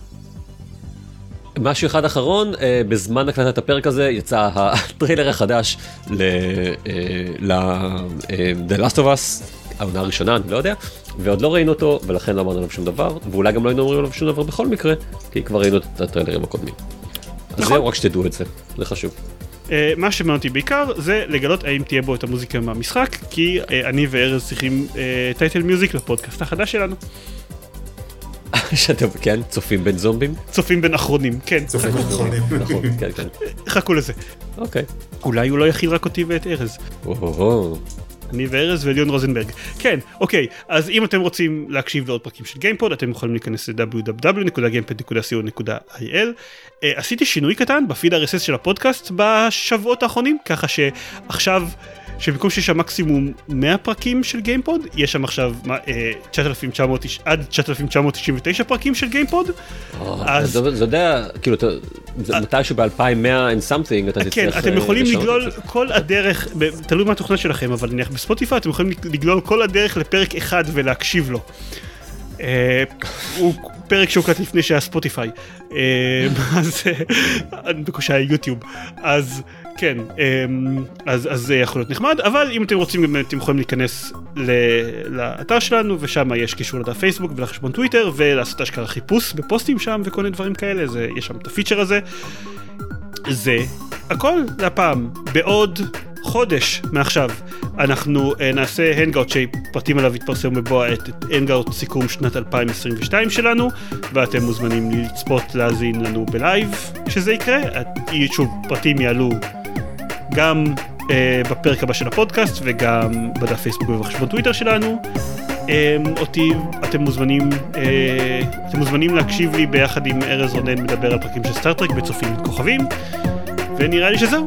משהו אחד אחרון, בזמן הקלטת הפרק הזה יצא הטריילר החדש ל The Last of Us, העונה הראשונה, אני לא יודע, ועוד לא ראינו אותו, ולכן לא אמרנו עליו שום דבר, ואולי גם לא היינו אומרים עליו שום דבר בכל מקרה, כי כבר ראינו את הטריילרים הקודמים. אז זהו, רק שתדעו את זה, זה חשוב. מה שמעניין אותי בעיקר זה לגלות האם תהיה בו את המוזיקה מהמשחק, כי אני וארז צריכים טייטל מיוזיק לפודקאסט החדש שלנו. שאתם, כן, צופים בין זומבים? צופים בין אחרונים, כן. צופים בין אחרונים. נכון, כן, כן. חכו לזה. אוקיי. אולי הוא לא יכיל רק אותי ואת ארז. או-הו. אני וארז וליון רוזנברג. כן, אוקיי, אז אם אתם רוצים להקשיב לעוד פרקים של גיימפוד, אתם יכולים להיכנס ל-דאבליו דאבליו דאבליו נקודה גיימפד נקודה סי או נקודה איי אל. עשיתי שינוי קטן בפיד אר אס אס של הפודקאסט בשבועות האחרונים, ככה שעכשיו, שבמקום שיש שם מקסימום מאה פרקים של גיימפוד, יש שם עכשיו תשעת אלפים תשע מאות עד תשעת אלפים תשע מאות תשעים ותשע פרקים של גיימפוד. זה יודע, כאילו, מתישהו ב-אלפיים ומאה and something, אתה תצטרך... כן, אתם יכולים לגלול כל הדרך, תלוי מה התוכנה שלכם, אבל נניח בספוטיפיי אתם יכולים לגלול כל הדרך לפרק אחד ולהקשיב לו. הוא פרק שהוקלט לפני שהיה ספוטיפיי, אז בקושי היה יוטיוב, אז כן, אז זה יכול להיות נחמד, אבל אם אתם רוצים אתם יכולים להיכנס לאתר שלנו, ושם יש קישור לדף פייסבוק ולחשבון טוויטר, ולעשות אשכרה חיפוש בפוסטים שם וכל מיני דברים כאלה, יש שם את הפיצ'ר הזה. זה הכל להפעם. בעוד חודש מעכשיו אנחנו נעשה הנגאוט שפרטים עליו יתפרסם בבוא העת, הנגאוט סיכום שנת אלפיים עשרים ושתיים שלנו, ואתם מוזמנים לצפות להזין לנו בלייב כשזה יקרה. שוב, פרטים יעלו גם אה, בפרק הבא של הפודקאסט וגם בדף פייסבוק ובחשבון טוויטר שלנו. אה, אותי אתם מוזמנים אה, אתם מוזמנים להקשיב לי ביחד עם ארז רונן מדבר על פרקים של סטארטרק בצופים את כוכבים, ונראה לי שזהו.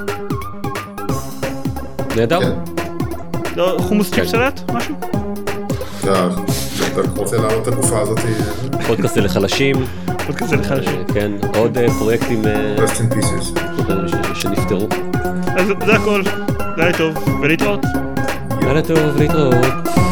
נהדר. לא, חומוס צ'יפ סלט? משהו? אתה רוצה להעלות את הגופה הזאת? פודקאסט לחלשים. פודקאסט לחלשים. כן, עוד פרויקטים Rest in pieces שנפטרו. אז זה הכל. לילה טוב ולהתראות. לילה טוב ולהתראות.